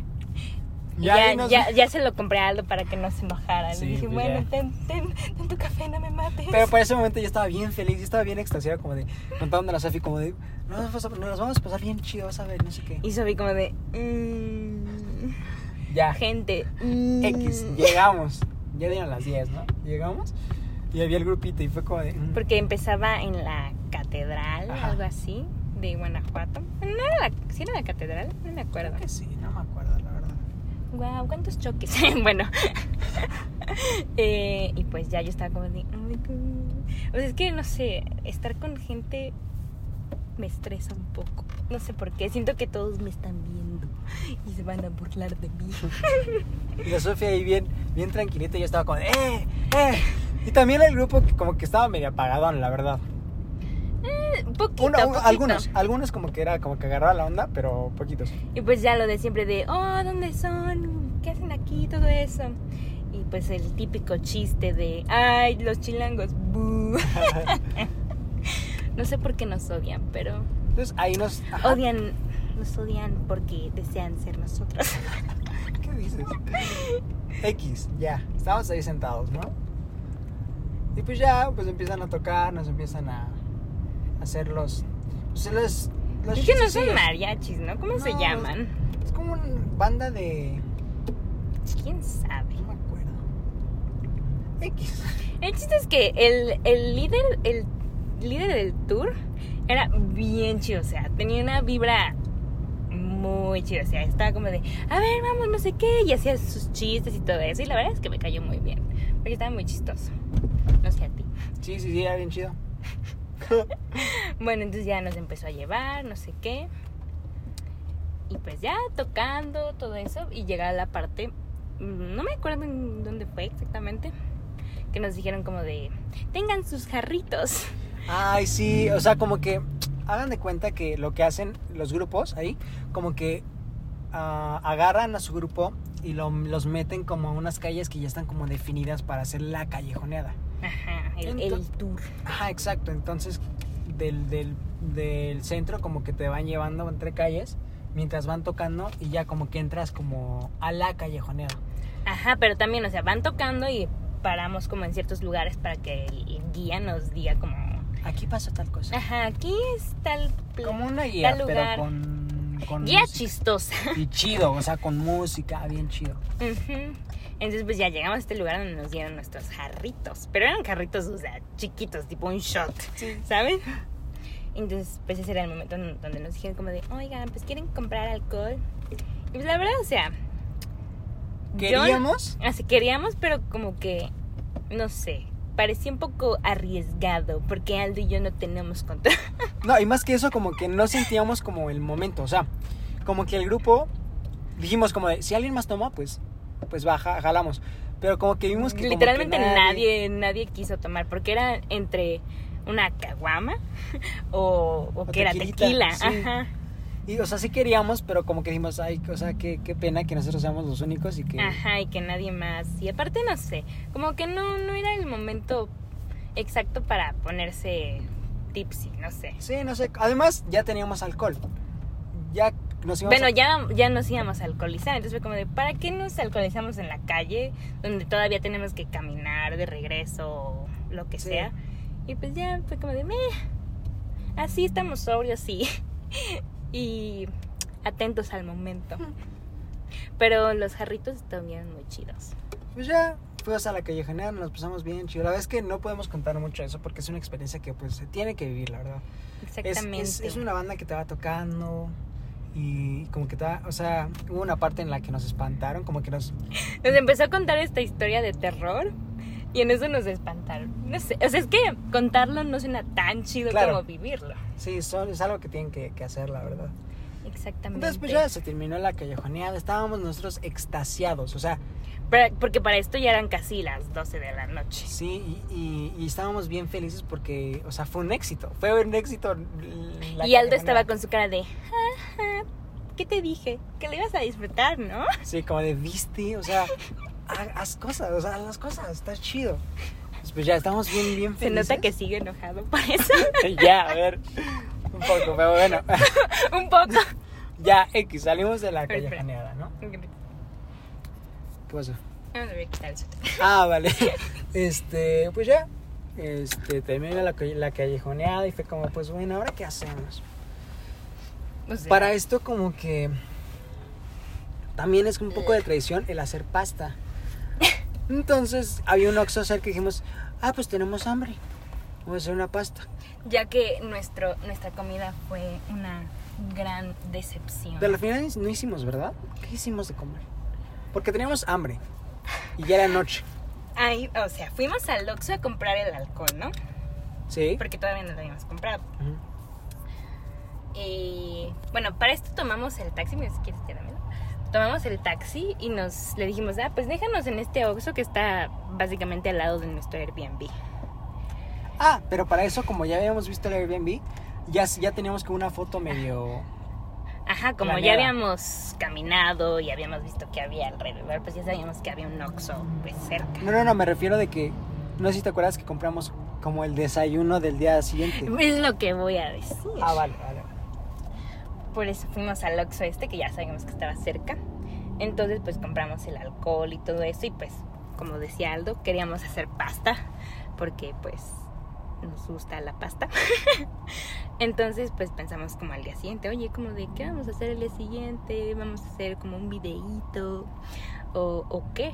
Y Ya, ya, ahí nos- ya, ya se lo compré a Aldo para que no se enojara. Sí, Le dije, pues bueno, ya. ten, ten, ten tu café, no me mates. Pero por ese momento yo estaba bien feliz, yo estaba bien extasiado, como de, contando a la Sofi, como de, nos vamos, a, nos vamos a pasar bien chido, vas a ver, no sé qué. Y Sofi como de, mmm, Ya, gente. mm. X, llegamos. Ya dieron las diez, ¿no? Llegamos y había el grupito y fue como de... mm. Porque empezaba en la catedral, Ajá. algo así, de Guanajuato. No era la, ¿sí era la catedral? No me acuerdo. Creo que sí, no me acuerdo, la verdad. Guau, cuántos choques. Bueno. eh, y pues ya yo estaba como de, oh my God. O sea, es que no sé, estar con gente me estresa un poco. No sé por qué. Siento que todos me están viendo y se van a burlar de mí. Y la Sofía ahí bien, bien tranquilita y yo estaba como de, ¡eh! ¡eh! Y también el grupo que como que estaba medio apagadón, la verdad. Un poquito, Uno- poquito. algunos, algunos como que era como que agarraba la onda, pero poquitos. Y pues ya lo de siempre de, oh, ¿dónde son? ¿Qué hacen aquí? Todo eso. Y pues el típico chiste de, ay, los chilangos. Bú. No sé por qué nos odian, pero Entonces ahí nos... ajá. odian, nos odian porque desean ser nosotros. ¿Qué dices? X, ya, estábamos ahí sentados, ¿no? Y pues ya, pues empiezan a tocar, nos empiezan a hacer los... Pues los, los Es que no son chistecillos. mariachis, ¿no? ¿Cómo se No, llaman? Es como una banda de... ¿Quién sabe? No me acuerdo. X. El chiste es que el, el líder, el líder del tour era bien chido, o sea, tenía una vibra muy chida, o sea, estaba como de, a ver, vamos, no sé qué, y hacía sus chistes y todo eso, y la verdad es que me cayó muy bien, porque estaba muy chistoso, no sé a ti. Sí, sí, sí, era bien chido. Bueno, entonces ya nos empezó a llevar, no sé qué, y pues ya tocando todo eso, y llegaba la parte, no me acuerdo en dónde fue exactamente, que nos dijeron como de, tengan sus jarritos. Ay, sí, o sea, como que hagan de cuenta que lo que hacen los grupos ahí, como que uh, agarran a su grupo y lo, los meten como a unas calles que ya están como definidas para hacer la callejoneada. Ajá, el, el Entonces- tour. Ajá, exacto, entonces del, del, del centro como que te van llevando entre calles mientras van tocando y ya como que entras como a la callejoneada. Ajá, pero también, o sea, van tocando y paramos como en ciertos lugares para que el guía nos diga como, Aquí pasó tal cosa. ajá, aquí está el pl- Como una guía, tal pero lugar. con, con Guía música. chistosa. Y chido, o sea, con música, bien chido. Ujú. Entonces pues ya llegamos a este lugar donde nos dieron nuestros jarritos, pero eran jarritos, o sea, chiquitos, tipo un shot, Sí. ¿saben? Entonces pues ese era el momento en donde nos dijeron como de, oigan, pues quieren comprar alcohol. Y pues la verdad, o sea, yo- Queríamos, así queríamos, pero como que, no sé, parecía un poco arriesgado, porque Aldo y yo no tenemos control. No, y más que eso, como que no sentíamos como el momento, o sea, como que el grupo, dijimos como de, si alguien más toma, pues, pues baja, jalamos. Pero como que vimos que como literalmente que nadie... nadie nadie quiso tomar, porque era entre una caguama o, o, O que era tequilita, tequila. sí. Ajá. Y, o sea, sí queríamos, pero como que dijimos, ay, o sea, qué, qué pena que nosotros seamos los únicos y que... Ajá, y que nadie más. Y aparte, no sé, como que no, no era el momento exacto para ponerse tipsy, no sé. Sí, no sé. Además, ya teníamos alcohol. Ya nos íbamos Bueno, a... ya, ya nos íbamos a alcoholizar, entonces fue como de, ¿para qué nos alcoholizamos en la calle? Donde todavía tenemos que caminar de regreso o lo que Sí. sea. Y pues ya fue como de, meh, así estamos sobrios, sí. Y atentos al momento. Pero los jarritos estuvieron muy chidos. Pues ya fuimos a la callejonera, nos pasamos bien chido. La verdad es que no podemos contar mucho de eso porque es una experiencia que pues se tiene que vivir, la verdad. Es, Exactamente. es, es una banda que te va tocando y como que te va, o sea, hubo una parte en la que nos espantaron, como que nos... Nos empezó a contar esta historia de terror y en eso nos espantaron. No sé, o sea, es que contarlo no suena tan chido Claro. como vivirlo. Sí, son, es algo que tienen que, que hacer, la verdad. Exactamente. Entonces pues ya se terminó la callejoneada, estábamos nosotros extasiados, o sea, Pero- porque para esto ya eran casi las doce de la noche. sí, y, y, y estábamos bien felices porque, o sea, fue un éxito, fue un éxito. la Y Aldo callejoneada. estaba con su cara de, ja, ja, ¿qué te dije? Que lo ibas a disfrutar, ¿no? Sí, como de viste, o sea, ha- haz cosas, o sea, haz las cosas, está chido. Pues ya estamos bien, bien Se felices. nota que sigue enojado por eso. Ya, a ver, un poco, pero bueno. Un poco. Ya, X, salimos de la Espera, espera. callejoneada, ¿no? ¿Qué pasó? Vamos a ver qué tal. Ah, vale. Este, pues ya, este, terminó la, calle- la callejoneada y fue como, pues bueno, ¿ahora qué hacemos? O sea, Para esto como que también es un poco de tradición el hacer pasta. Entonces había un Oxxo cerca y dijimos, ah, pues tenemos hambre, vamos a hacer una pasta. ya que nuestro, nuestra comida fue una gran decepción. Pero al final no hicimos, ¿verdad? ¿Qué hicimos de comer? Porque teníamos hambre y ya era noche. Ahí, o sea, fuimos al Oxxo a comprar el alcohol, ¿no? ¿Sí? Porque todavía no lo habíamos comprado. Ujú. Y bueno, para esto tomamos el taxi, mira, si quieres ya dámelo. Tomamos el taxi y nos le dijimos, ah, pues déjanos en este Oxxo que está básicamente al lado de nuestro Airbnb. Ah, pero para eso, como ya habíamos visto el Airbnb, ya, ya teníamos como una foto medio... Ajá, como ya Planeada. habíamos caminado y habíamos visto que había alrededor, pues ya sabíamos que había un Oxxo pues cerca. No, no, no, me refiero de que... No sé si te acuerdas que compramos como el desayuno del día siguiente. Es lo que voy a decir. Ah, vale, vale. Por eso fuimos al Oxxo este, que ya sabíamos que estaba cerca. Entonces pues compramos el alcohol y todo eso y pues, como decía Aldo, queríamos hacer pasta porque pues nos gusta la pasta. Entonces pues pensamos como al día siguiente, oye, como de qué vamos a hacer el día siguiente, vamos a hacer como un videíto o, o qué.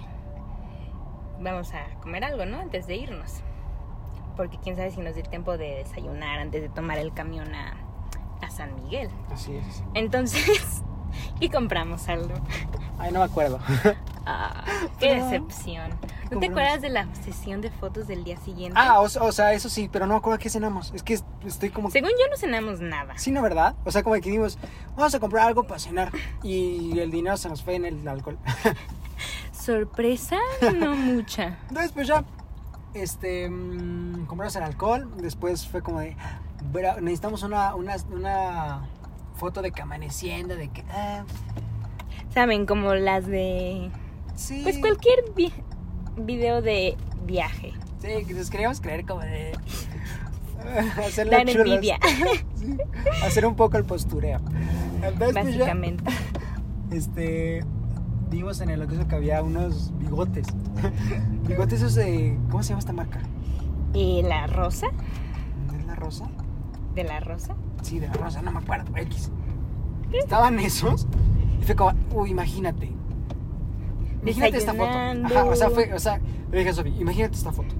Vamos a comer algo, ¿no? Antes de irnos. Porque quién sabe si nos dé tiempo de desayunar antes de tomar el camión a, a San Miguel. Así es. Entonces, y compramos algo. Ay, no me acuerdo. Ah, qué Pero, decepción. ¿No te compramos? acuerdas de la sesión de fotos del día siguiente? Ah, o, o sea, eso sí, pero no me acuerdo qué cenamos. Es que estoy como... Según yo no cenamos nada. Sí, ¿no, verdad? O sea, como que dijimos, vamos a comprar algo para cenar. Y el dinero se nos fue en el alcohol. Sorpresa, no mucha. Entonces, pues ya, este, mmm, compramos el alcohol. Después fue como de, "Bra- necesitamos una, una, una foto de que amaneciendo, de que, ah, Saben, como las de... sí. Pues cualquier vi- video de viaje. Sí, que nos queríamos creer como de... hacerle Dan chulas. envidia. Sí, hacer un poco el postureo. Entonces, pues, ya, Básicamente. este, vimos en el Oxxo que había unos bigotes. Bigotes esos de, ¿cómo se llama esta marca? ¿Y la rosa? ¿Es la Rosa? ¿De la rosa? Sí, de la Rosa, no me acuerdo, X. Estaban esos y fue como, uy, imagínate. Imagínate esta foto. Desayunando. Ajá, o sea, fue, o sea, le dije a Sofi, imagínate esta foto.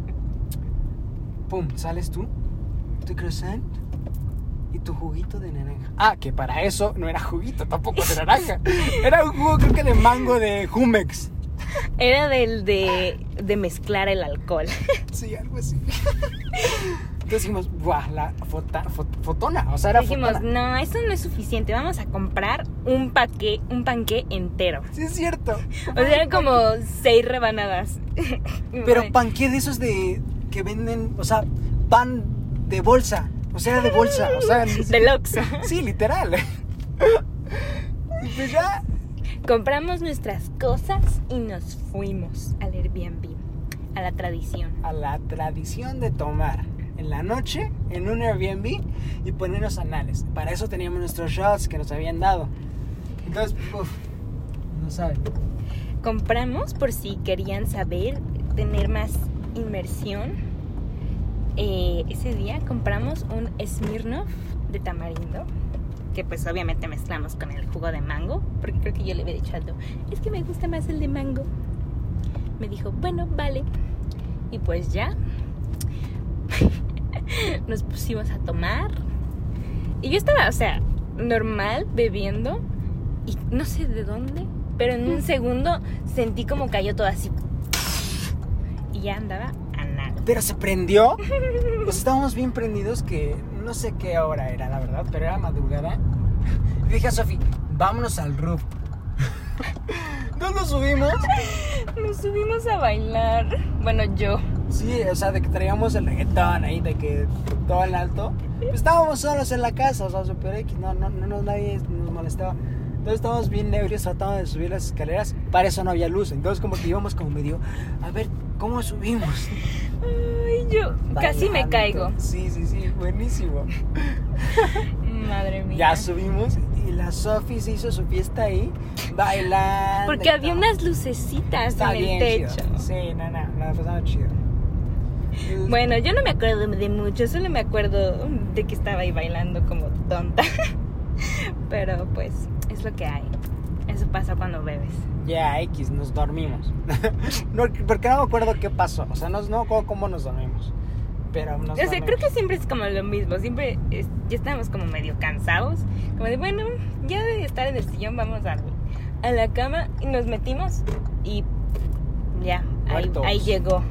Pum, sales tú, tu croissant y tu juguito de naranja. Ah, que para eso no era juguito tampoco de naranja. Era un jugo, creo que de mango de Jumex. Era del de, de mezclar el alcohol. Sí, algo así. Entonces dijimos, ¡buah! La fota, fot, fotona. O sea, era Dijimos, fotona. no, esto no es suficiente. Vamos a comprar un paqué, un panqué entero. Sí, es cierto. O sea, eran como seis rebanadas. Pero panqué de esos de que venden, o sea, pan de bolsa. O sea, era de bolsa. O sea, Del Oxxo. Sí, literal. Y pues ya. Compramos nuestras cosas y nos fuimos al Airbnb, a la tradición. A la tradición de tomar en la noche en un Airbnb y ponernos anales. Para eso teníamos nuestros shots que nos habían dado. Entonces, uff, no saben. Compramos, por si querían saber, tener más inmersión. Eh, ese día compramos un Smirnoff de tamarindo, que pues obviamente mezclamos con el jugo de mango, porque creo que yo le había dicho a Aldo, es que me gusta más el de mango. Me dijo, bueno, vale. Y pues ya nos pusimos a tomar. Y yo estaba, o sea, normal, bebiendo. Y no sé de dónde, pero en un segundo sentí como cayó todo así. Y ya andaba a nada. Pero se prendió. Pues estábamos bien prendidos que no sé qué hora era, la verdad, pero era madrugada. Le dije a Sofi, vámonos al roof. Entonces nos subimos. Nos subimos a bailar. Bueno, yo. Sí, o sea, de que traíamos el reggaetón ahí, de que todo en alto. Pues estábamos solos en la casa, o sea, super X, no, no, no, no, nadie nos molestaba. Entonces estábamos bien ebrios tratando de subir las escaleras. Para eso no había luz, entonces como que íbamos como medio, a ver, ¿cómo subimos? Ay, yo casi me Bailando. caigo. Sí, sí, sí, buenísimo. Madre mía. Ya subimos y la Sofi se hizo su fiesta ahí, bailando. Porque había unas lucecitas Está en el bien techo. chido. Sí, no, no, la pasamos chido. Bueno, yo no me acuerdo de mucho, solo me acuerdo de que estaba ahí bailando como tonta. Pero pues, es lo que hay. Eso pasa cuando bebes. Ya, X, nos dormimos. No, porque no me acuerdo qué pasó. O sea, no, no me acuerdo cómo nos dormimos. Pero nos O sea, dormimos. creo que siempre es como lo mismo. Siempre es- ya estábamos como medio cansados. Como de, bueno, ya de estar en el sillón, vamos a, a la cama. Y nos metimos y ya, ahí, Muertos. ahí llegó.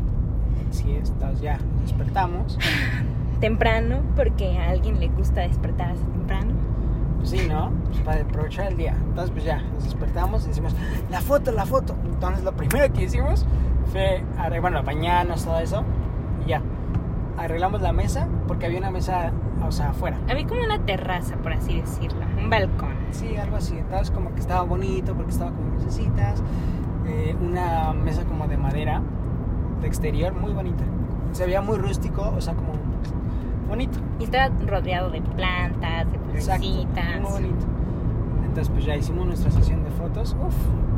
Sí, estás, ya, nos despertamos. Temprano, porque a alguien le gusta despertarse temprano. Pues sí, ¿no? Pues para aprovechar el día. Entonces, pues ya, nos despertamos y decimos, la foto, la foto. Entonces, lo primero que hicimos fue, arreglar, bueno, bañarnos, todo eso. Y ya, arreglamos la mesa, porque había una mesa, o sea, afuera. Había como una terraza, por así decirlo, un balcón. Sí, algo así. Entonces, como que estaba bonito, porque estaba con lucecitas. Eh, una mesa como de madera, de exterior, muy bonita. Se veía muy rústico, o sea, como bonito. Y estaba rodeado de plantas, de Exacto, florecitas. muy bonito. Entonces pues ya hicimos nuestra sesión de fotos. Uf.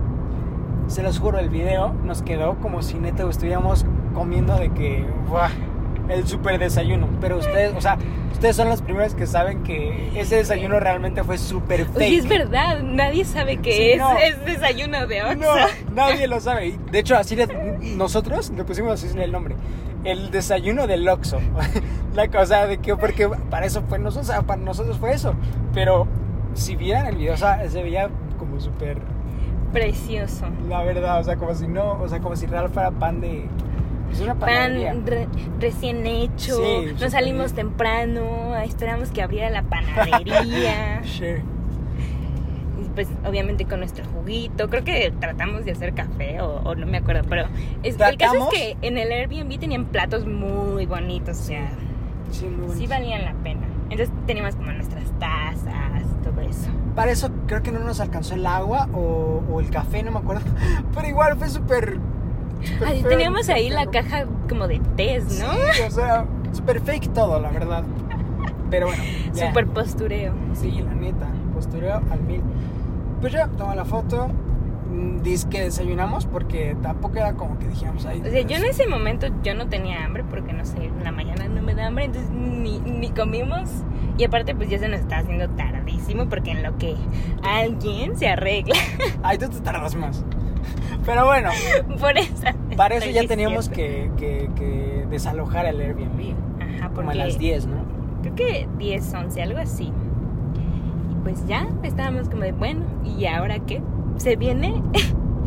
Se los juro, el video nos quedó como si neta estuviéramos comiendo de que ¡buah! El super desayuno. Pero ustedes, o sea, ustedes son los primeros que saben que ese desayuno realmente fue súper fake. Oye, es verdad, nadie sabe que Sí, es, no. es desayuno de Oxxo. No, nadie lo sabe. Y, de hecho, así le- nosotros le pusimos así en el nombre. El desayuno del Oxxo. La cosa de que, porque para eso fue nosotros, o sea, para nosotros fue eso. Pero si vieran el video, o sea, se veía como súper, Precioso. la verdad, o sea, como si no, o sea, como si real fuera pan de, pues una panadería. Pan re- recién hecho. Sí, Nos súper salimos bien. temprano. Esperamos que abriera la panadería. Sure. Y pues obviamente con nuestro juguito. Creo que tratamos de hacer café o, o no me acuerdo. Pero es, el caso es ¿Tratamos? que en el Airbnb tenían platos muy bonitos. O sea, Sí, muy bonito. sí valían la pena. Entonces teníamos como nuestras tazas, todo eso. Para eso creo que no nos alcanzó el agua o, o el café, no me acuerdo. Pero igual fue súper... súper Ay, feo, teníamos ahí la súper- caja como de tés, ¿no? Sí, o sea, súper fake todo, la verdad. Pero bueno, ya. Súper postureo. Sí, la neta, postureo al mil. Pues ya, toma la foto. Dice que desayunamos porque tampoco era como que dijéramos ahí. O sea, yo en ese momento yo no tenía hambre porque no sé, en la mañana no me da hambre, entonces ni, ni comimos. Y aparte pues ya se nos estaba haciendo tardísimo porque en lo que alguien se arregla. Ay, tú te tardas más. Pero bueno, Por eso. para eso estoy ya teníamos diciendo. que, que, que desalojar el Airbnb. Ajá, porque Como a las diez, ¿no? creo que diez, once, algo así. Y pues ya estábamos como de, bueno, ¿y ahora qué? Se viene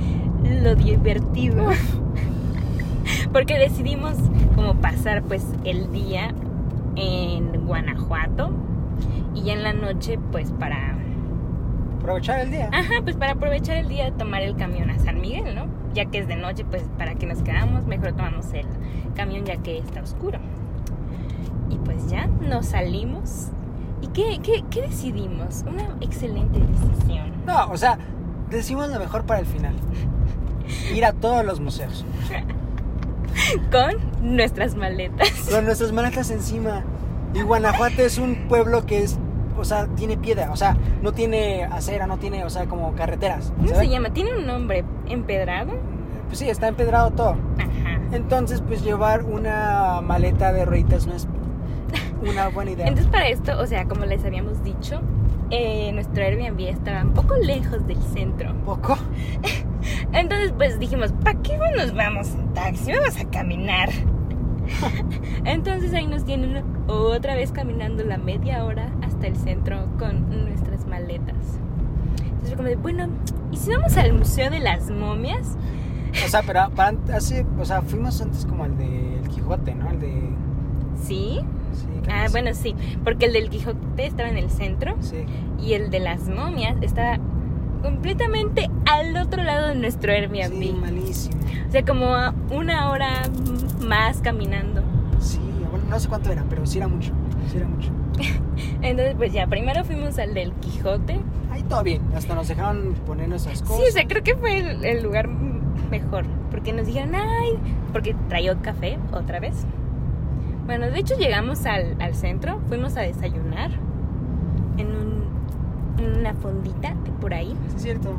lo divertido. Porque decidimos como pasar pues el día en Guanajuato y ya en la noche pues para aprovechar el día. Ajá, pues para aprovechar el día tomar el camión a San Miguel, ¿no? Ya que es de noche, pues para que nos quedamos, mejor tomamos el camión ya que está oscuro. Y pues ya nos salimos. ¿Y qué, qué, qué decidimos? Una excelente decisión. No, o sea, decimos lo mejor para el final. Ir a todos los museos. Con nuestras maletas. Con nuestras maletas encima. Y Guanajuato es un pueblo que es, o sea, tiene piedra, o sea, no tiene acera, no tiene, o sea, como carreteras. ¿Cómo ¿sabes? se llama? ¿Tiene un nombre? ¿Empedrado? Pues sí, está empedrado todo. Ajá. Entonces, pues llevar una maleta de rueditas no es una buena idea. Entonces para esto, o sea, como les habíamos dicho, eh, nuestro Airbnb estaba un poco lejos del centro. ¿Poco? Entonces pues dijimos, ¿para qué nos vamos en taxi? Vamos a caminar. Entonces ahí nos tienen otra vez caminando la media hora hasta el centro con nuestras maletas. Entonces fue como de, bueno, ¿y si vamos al Museo de las Momias? O sea, pero para, así, o sea, fuimos antes como al del Quijote, ¿no? El de... ¿Sí? Sí, creo Ah, que bueno, sí, porque el del Quijote estaba en el centro sí. y el de las momias estaba completamente al otro lado de nuestro Airbnb. Sí, malísimo. O sea, como a una hora más caminando. Sí, bueno, no sé cuánto era, pero sí era mucho, sí era mucho. Entonces, pues ya, primero fuimos al del Quijote. Ahí todo bien, hasta nos dejaron poner nuestras cosas. Sí, o sea, creo que fue el, el lugar mejor, porque nos dijeron, ay, porque traía café otra vez. Bueno, de hecho llegamos al, al centro, fuimos a desayunar en, un, en una fondita de por ahí. Sí, es cierto.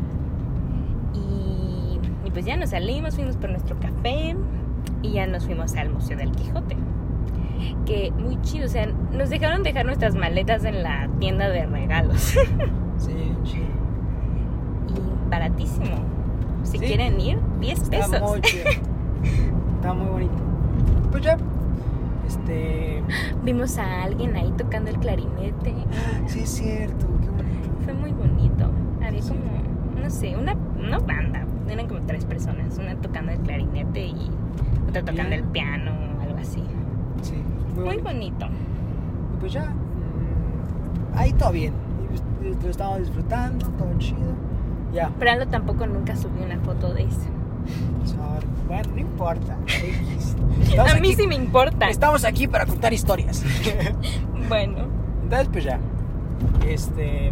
Y, y pues ya nos salimos, fuimos por nuestro café y ya nos fuimos al Museo del Quijote. Que muy chido, o sea, nos dejaron dejar nuestras maletas en la tienda de regalos. Sí, chido. Y baratísimo. Si Sí. quieren ir, diez pesos. Está muy chido. Está muy bonito. Pues ya, este... Vimos a alguien ahí tocando el clarinete. Sí, es cierto, qué bonito. Fue muy bonito. Había Sí. como, no sé, una, una banda. Eran como tres personas. Una tocando el clarinete y otra tocando Bien. el piano o algo así. Sí, muy, Muy bonito. bonito. Y pues ya, mm, ahí todo bien. Y, pues, lo estábamos disfrutando, todo chido. Ya. Pero Aldo tampoco nunca subió una foto de eso. Sorry. Bueno, no importa. X. A Estamos mí aquí- sí me importa. Estamos aquí para contar historias. Bueno. Entonces, pues ya. Este.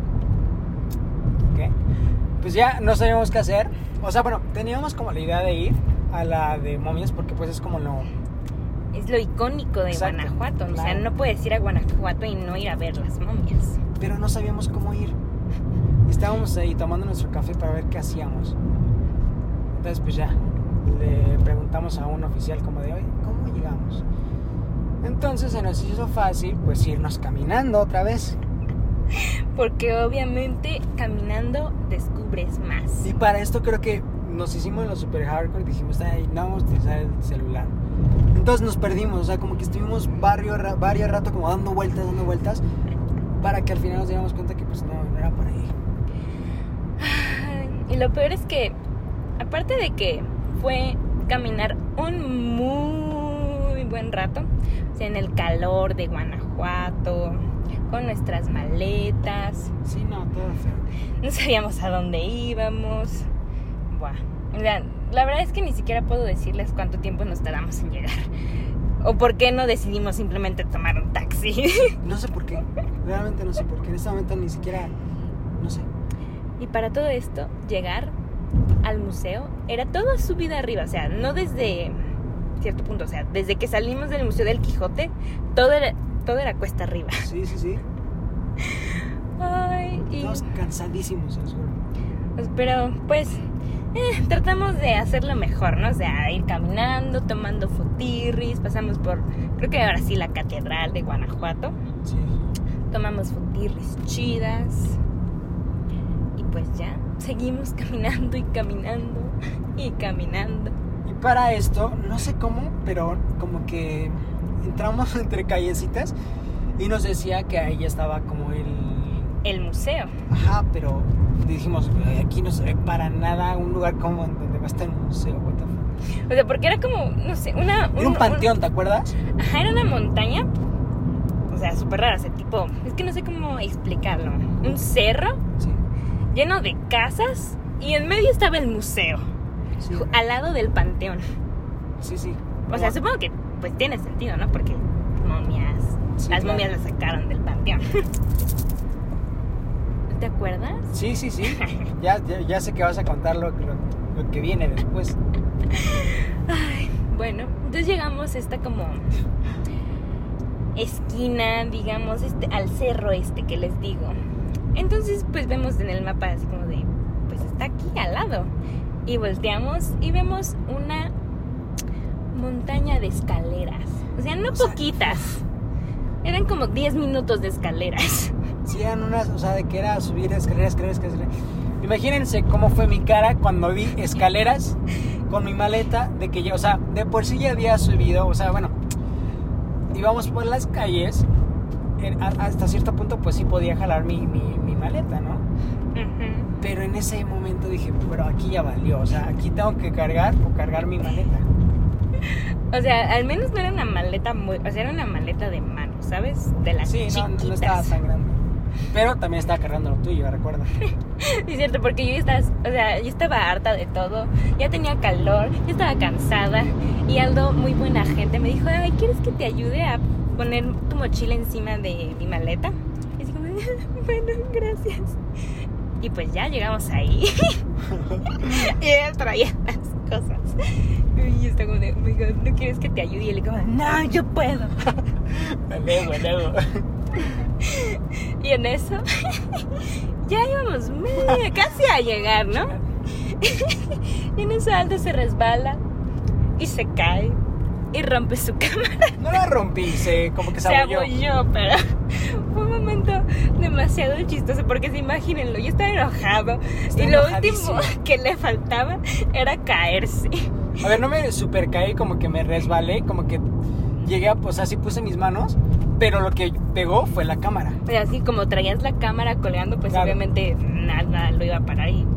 ¿Qué? Pues ya no sabíamos qué hacer. O sea, bueno, teníamos como la idea de ir a la de momias porque, pues, es como lo. Es lo icónico de Exacto, Guanajuato. O sea, claro. no puedes ir a Guanajuato y no ir a ver las momias. Pero no sabíamos cómo ir. Estábamos ahí tomando nuestro café para ver qué hacíamos. Entonces, pues ya. Le preguntamos a un oficial como de, oye, ¿cómo llegamos? Entonces se nos hizo fácil, pues, irnos caminando otra vez. Porque obviamente caminando descubres más. Y para esto creo que nos hicimos los super hardcore y dijimos, ay, no vamos a utilizar el celular. Entonces nos perdimos, o sea, como que estuvimos varios, varios rato como dando vueltas, dando vueltas, para que al final nos diéramos cuenta que pues no, no era por ahí. Y lo peor es que, aparte de que fue caminar un muy buen rato, o sea, en el calor de Guanajuato, con nuestras maletas, Sí, no, todo feo. no sabíamos a dónde íbamos. Buah. O sea, la verdad es que ni siquiera puedo decirles cuánto tiempo nos tardamos en llegar. O por qué no decidimos simplemente tomar un taxi. No sé por qué, realmente no sé por qué. En este momento ni siquiera, no sé. Y para todo esto, llegar al museo era toda subida arriba. O sea, no desde cierto punto. O sea, desde que salimos del Museo del Quijote, todo era, todo era cuesta arriba. Sí, sí, sí. Ay, y... Estamos cansadísimos, se los juro. Pues, pero pues eh, tratamos de hacerlo mejor, ¿no? O sea, ir caminando, tomando fotirris, pasamos por, creo que ahora sí, la Catedral de Guanajuato. Sí. Tomamos fotirris chidas. Y pues ya, seguimos caminando y caminando y caminando. Y para esto, no sé cómo, pero como que entramos entre callecitas y nos decía que ahí ya estaba como el, el museo. Ajá, pero dijimos, aquí no se ve para nada un lugar como en donde va a estar un museo, what the fuck. O sea, porque era como, no sé, una... Era un panteón, un, ¿te acuerdas? Ajá, era una montaña. O sea, súper rara, ese tipo... Es que no sé cómo explicarlo. Un cerro. Sí. Lleno de casas. Y en medio estaba el museo. Sí. Al lado del panteón. Sí, sí. O sea, supongo que pues tiene sentido, ¿no? Porque momias... Sí, las claro. momias las sacaron del panteón. ¿Te acuerdas? Sí, sí, sí. Ya, ya, ya sé que vas a contar lo, lo, lo que viene después. Ay, bueno, entonces llegamos a esta como esquina, digamos, este, al cerro este que les digo. Entonces, pues vemos en el mapa así como de, pues está aquí al lado. Y volteamos y vemos una montaña de escaleras. O sea, no o poquitas. Sea, eran como diez minutos de escaleras. Sí, eran unas, o sea, de que era subir escaleras, escaleras, escaleras. Imagínense cómo fue mi cara cuando vi escaleras con mi maleta, de que yo, o sea, de por sí ya había subido, o sea, bueno, íbamos por las calles, hasta cierto punto pues sí podía jalar mi, mi, mi maleta, ¿no? Uh-huh. Pero en ese momento dije, pero aquí ya valió, o sea, aquí tengo que cargar o cargar mi maleta. O sea, al menos no era una maleta muy, o sea, era una maleta de mano, ¿sabes? De las sí, chiquitas. no, no estaba tan grande. Pero también estaba cargando lo tuyo, recuerda. Es cierto, porque yo estaba, o sea, yo estaba harta de todo, ya tenía calor, ya estaba cansada. Y Aldo, muy buena gente, me dijo, ay, ¿quieres que te ayude a poner tu mochila encima de mi maleta? Y así como, bueno, gracias. Y pues ya llegamos ahí. Y ella traía las cosas. Y yo estaba como de, oh my God, ¿no quieres que te ayude? Y él como, no, yo puedo. Luego, luego. Y en eso ya íbamos media, casi a llegar, ¿no? Y en eso Aldo se resbala y se cae y rompe su cámara. No la rompí, se, como que se, se abolló. abolló, pero fue un momento demasiado chistoso porque se imagínenlo, yo estaba enojado Está y lo último que le faltaba era caerse. A ver, no me super caí, como que me resbalé, como que llegué a, pues así puse mis manos, pero lo que pegó fue la cámara. Pero así como traías la cámara colgando, pues claro, obviamente nada lo iba a parar y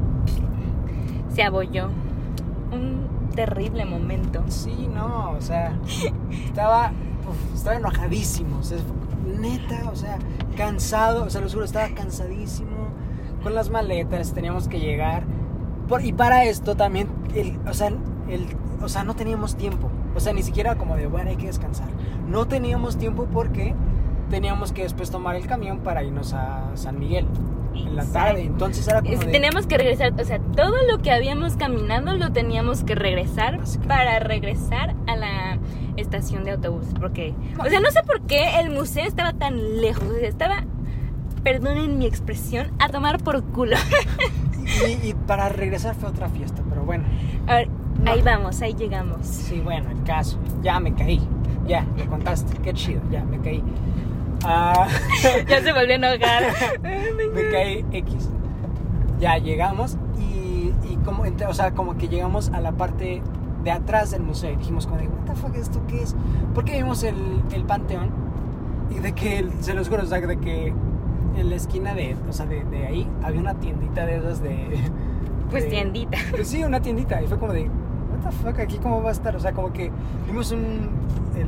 se abolló. Un terrible momento. Sí, no, o sea, estaba, uf, estaba enojadísimo, o sea, neta, o sea, cansado, o sea, lo juro, estaba cansadísimo con las maletas, teníamos que llegar. Por, y para esto también, el, o sea, el, o sea, no teníamos tiempo. O sea, ni siquiera como de, bueno, hay que descansar. No teníamos tiempo porque teníamos que después tomar el camión para irnos a San Miguel en la tarde. Entonces era como de... Teníamos que regresar, o sea, todo lo que habíamos caminado lo teníamos que regresar para regresar a la estación de autobuses. Porque, o sea, no sé por qué el museo estaba tan lejos. O sea, estaba, perdonen mi expresión, a tomar por culo. Y, y para regresar fue otra fiesta, pero bueno. A ver, no. Ahí vamos, ahí llegamos. Sí, bueno, el caso. Ya me caí. Ya, me contaste. Qué chido, ya me caí. Uh... Ya se volvió a enojar. Me caí X. Ya llegamos y, y como, o sea, como que llegamos a la parte de atrás del museo y dijimos como de, what the fuck, ¿esto qué es? Porque vimos el, el panteón y de que, el, se los juro, o sea, de que en la esquina de, o sea, de, de ahí había una tiendita de esas de... Pues de, tiendita. Pues sí, una tiendita y fue como de, what the fuck, aquí cómo va a estar, o sea, como que vimos un... El,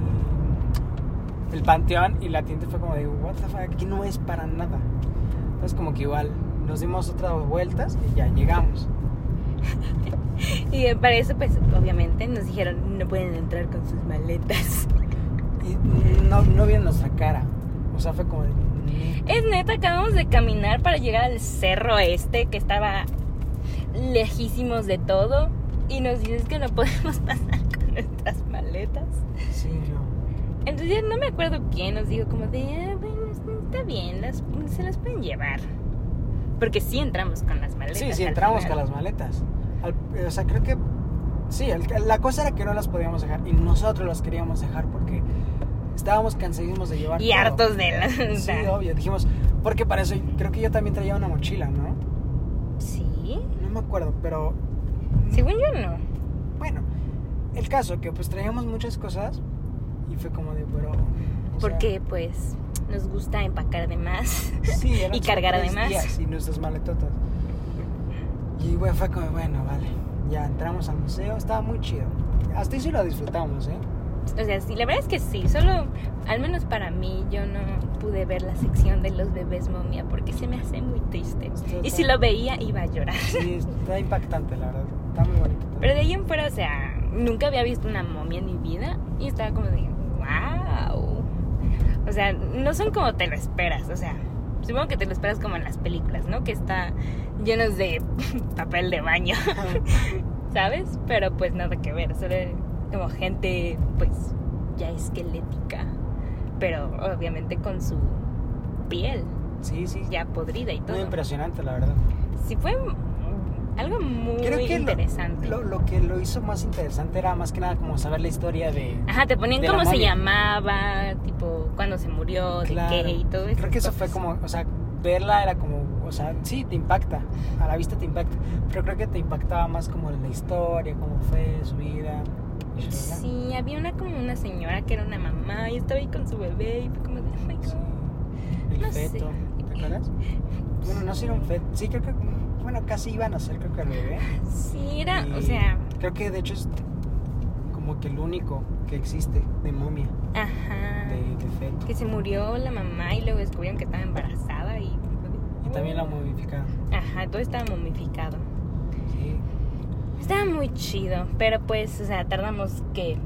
el panteón y la tienda fue como de, what the fuck, aquí no es para nada. Entonces como que igual nos dimos otras vueltas y ya llegamos. Y para eso pues obviamente nos dijeron no pueden entrar con sus maletas. Y no, no vieron nuestra cara. O sea, fue como de... Es neta, acabamos de caminar para llegar al cerro este que estaba lejísimos de todo y nos dices que no podemos pasar con nuestras maletas. Sí, no. Entonces no me acuerdo quién nos dijo como de, ah, bueno, está bien, las, se las pueden llevar. Porque sí entramos con las maletas. Sí, sí, entramos final. con las maletas. Al, o sea, creo que... Sí, el, la cosa era que no las podíamos dejar y nosotros las queríamos dejar porque estábamos cansadísimos de llevar y todo. hartos de las... Sí, obvio, dijimos, porque para eso creo que yo también traía una mochila, ¿no? Sí. No me acuerdo, pero... Según yo no. Bueno, el caso que pues traíamos muchas cosas y fue como de, pero... Porque sea, pues nos gusta empacar de más. Sí, eran Y solo cargar tres además. días y nuestras maletotas. Y bueno, fue como, bueno, vale. Ya entramos al museo, estaba muy chido. Hasta ahí sí lo disfrutamos, ¿eh? O sea, sí, la verdad es que sí, solo, al menos para mí, yo no pude ver la sección de los bebés momia porque se me hace muy triste. Está- Y está- si lo veía, iba a llorar. Sí, está impactante, la verdad. Está muy bonito. todo. Pero de ahí en fuera, o sea, nunca había visto una momia en mi vida y estaba como de, wow. O sea, no son como te lo esperas, o sea, supongo que te lo esperas como en las películas, ¿no? Que está llenos de papel de baño, ¿sabes? Pero pues nada que ver, solo como gente pues ya esquelética, pero obviamente con su piel Sí, sí. ya podrida y todo. Muy impresionante, la verdad. Sí, fue algo muy Creo que lo- interesante. Lo, lo que lo hizo más interesante era más que nada como saber la historia de... Ajá, te ponían de la cómo se momia. llamaba, tipo, cuándo se murió, Claro. de qué y todo eso. Creo que eso fue como, o sea, verla era como, o sea, sí, te impacta, a la vista te impacta, pero creo que te impactaba más como la historia, cómo fue su vida. y su- Sí, había una como una señora que era una mamá y estaba ahí con su bebé y fue como de, oh my God. Sí. El No sé. feto, ¿te acuerdas? Bueno, no sé si era un feto, sí, creo que, bueno, casi iban a ser, creo que el bebé. Sí, era, Y o sea, creo que de hecho es como que el único que existe de momia, ajá. de, de feto. Que se murió la mamá y luego descubrieron que estaba embarazada y... Y también la momificaron. Ajá, todo estaba momificado. Sí. Estaba muy chido, pero pues, o sea, tardamos que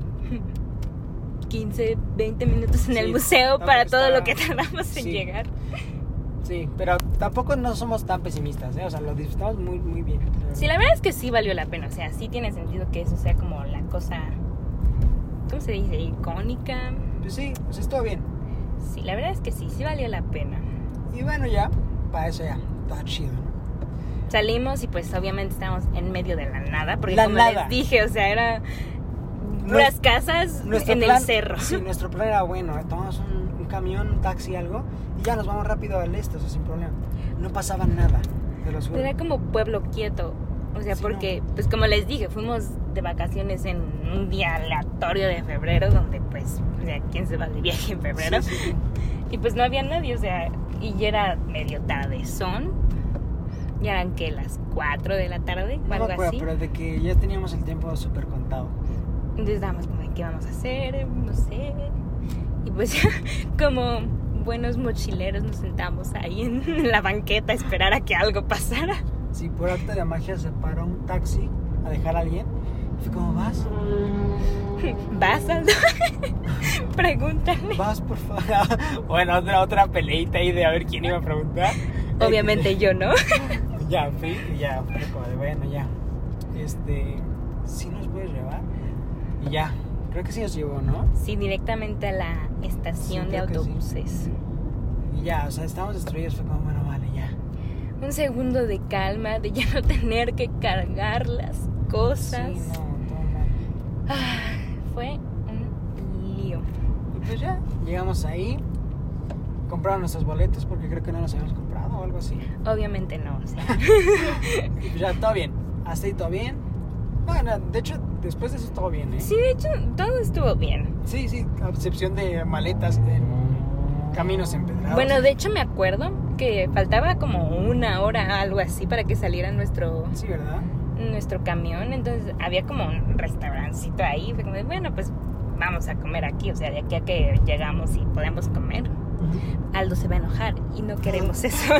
quince, veinte minutos en Sí, el museo tampoco para todo está- lo que tardamos en sí. llegar. Sí, pero tampoco no somos tan pesimistas, ¿eh? O sea, lo disfrutamos muy, muy bien. la verdad. Sí, la verdad es que sí valió la pena, o sea, sí tiene sentido que eso sea como la cosa, ¿cómo se dice? Icónica. Pues sí, pues estuvo bien. Sí, la verdad es que sí, sí valió la pena. Y bueno, ya, para eso ya, está chido, ¿no? Salimos y pues obviamente estábamos en medio de la nada, porque La como nada. les dije, o sea, era puras casas Nuestro en plan- el cerro. Sí, nuestro plan era bueno, ¿eh? Tomamos un, un camión, un taxi, algo, y ya nos vamos rápido al este, o sea, sin problema. No pasaba nada, te lo juro. Era como pueblo quieto, o sea, Sí, porque, pues como les dije, fuimos de vacaciones en un día aleatorio de febrero, donde pues, o sea, ¿quién se va de viaje en febrero? Sí, sí, sí. Y pues no había nadie, o sea, y ya era medio tarde, son, ya eran que las cuatro de la tarde, o No algo me acuerdo, así. pero de que ya teníamos el tiempo súper contado. Entonces estábamos como, ¿qué vamos a hacer? No sé. Y pues ya, como buenos mochileros nos sentamos ahí en la banqueta a esperar a que algo pasara. Sí, por arte de magia se paró un taxi a dejar a alguien. Y fue como, ¿vas? ¿Vas, Aldo? Pregúntale. ¿Vas, por favor? Bueno, otra, otra peleita ahí de a ver quién iba a preguntar. Obviamente yo no. Ya fui y ya fue como de, bueno, ya. Este, ¿sí nos puedes llevar? Y ya, creo que sí nos llevó, ¿no? Sí, directamente a la estación Sí, de creo que sí. autobuses. Y ya, o sea, estábamos destruidos, fue como, bueno, vale, ya. Un segundo de calma, de ya no tener que cargar las cosas. Sí, no, todo mal. Ah, fue un lío. Y pues ya, llegamos ahí, compraron nuestros boletos porque creo que no los habíamos comprado o algo así. Obviamente no, o sea. Y pues ya, todo bien, hasta ahí todo bien. Bueno, de hecho, después de eso todo bien, ¿eh? Sí, de hecho, todo estuvo bien. Sí, sí, a excepción de maletas en caminos empedrados. Bueno, de hecho me acuerdo que faltaba como una hora, algo así, para que saliera nuestro, Sí, ¿verdad? nuestro camión. Entonces había como un restaurancito ahí. Fue como, de, bueno, pues vamos a comer aquí. O sea, de aquí a que llegamos y podemos comer. Aldo se va a enojar y no queremos eso.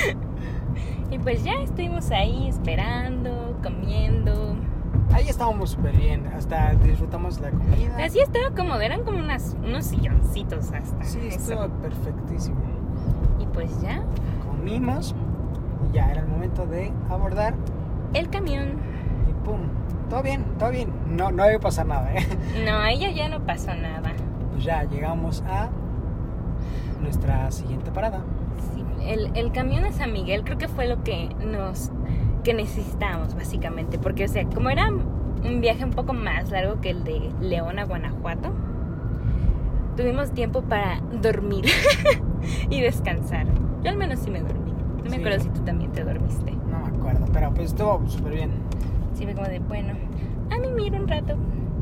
Y pues ya estuvimos ahí esperando, comiendo. Ahí estábamos súper bien, hasta disfrutamos la comida. Así estaba cómodo, eran como unas, unos silloncitos hasta Sí, eso. estuvo perfectísimo. Y pues ya, Comimos y ya era el momento de abordar el camión. y pum, todo bien, todo bien. No, no debe pasar nada, ¿eh? No, a ella ya no pasó nada. Pues ya llegamos a nuestra siguiente parada. Sí, el, el camión de San Miguel creo que fue lo que nos que necesitábamos básicamente, porque o sea, como era un viaje un poco más largo que el de León a Guanajuato, tuvimos tiempo para dormir y descansar. Yo al menos sí me dormí. No me Sí. acuerdo si tú también te dormiste. No me acuerdo, pero pues estuvo súper bien. Sí, fue como de, bueno, a mí miro un rato.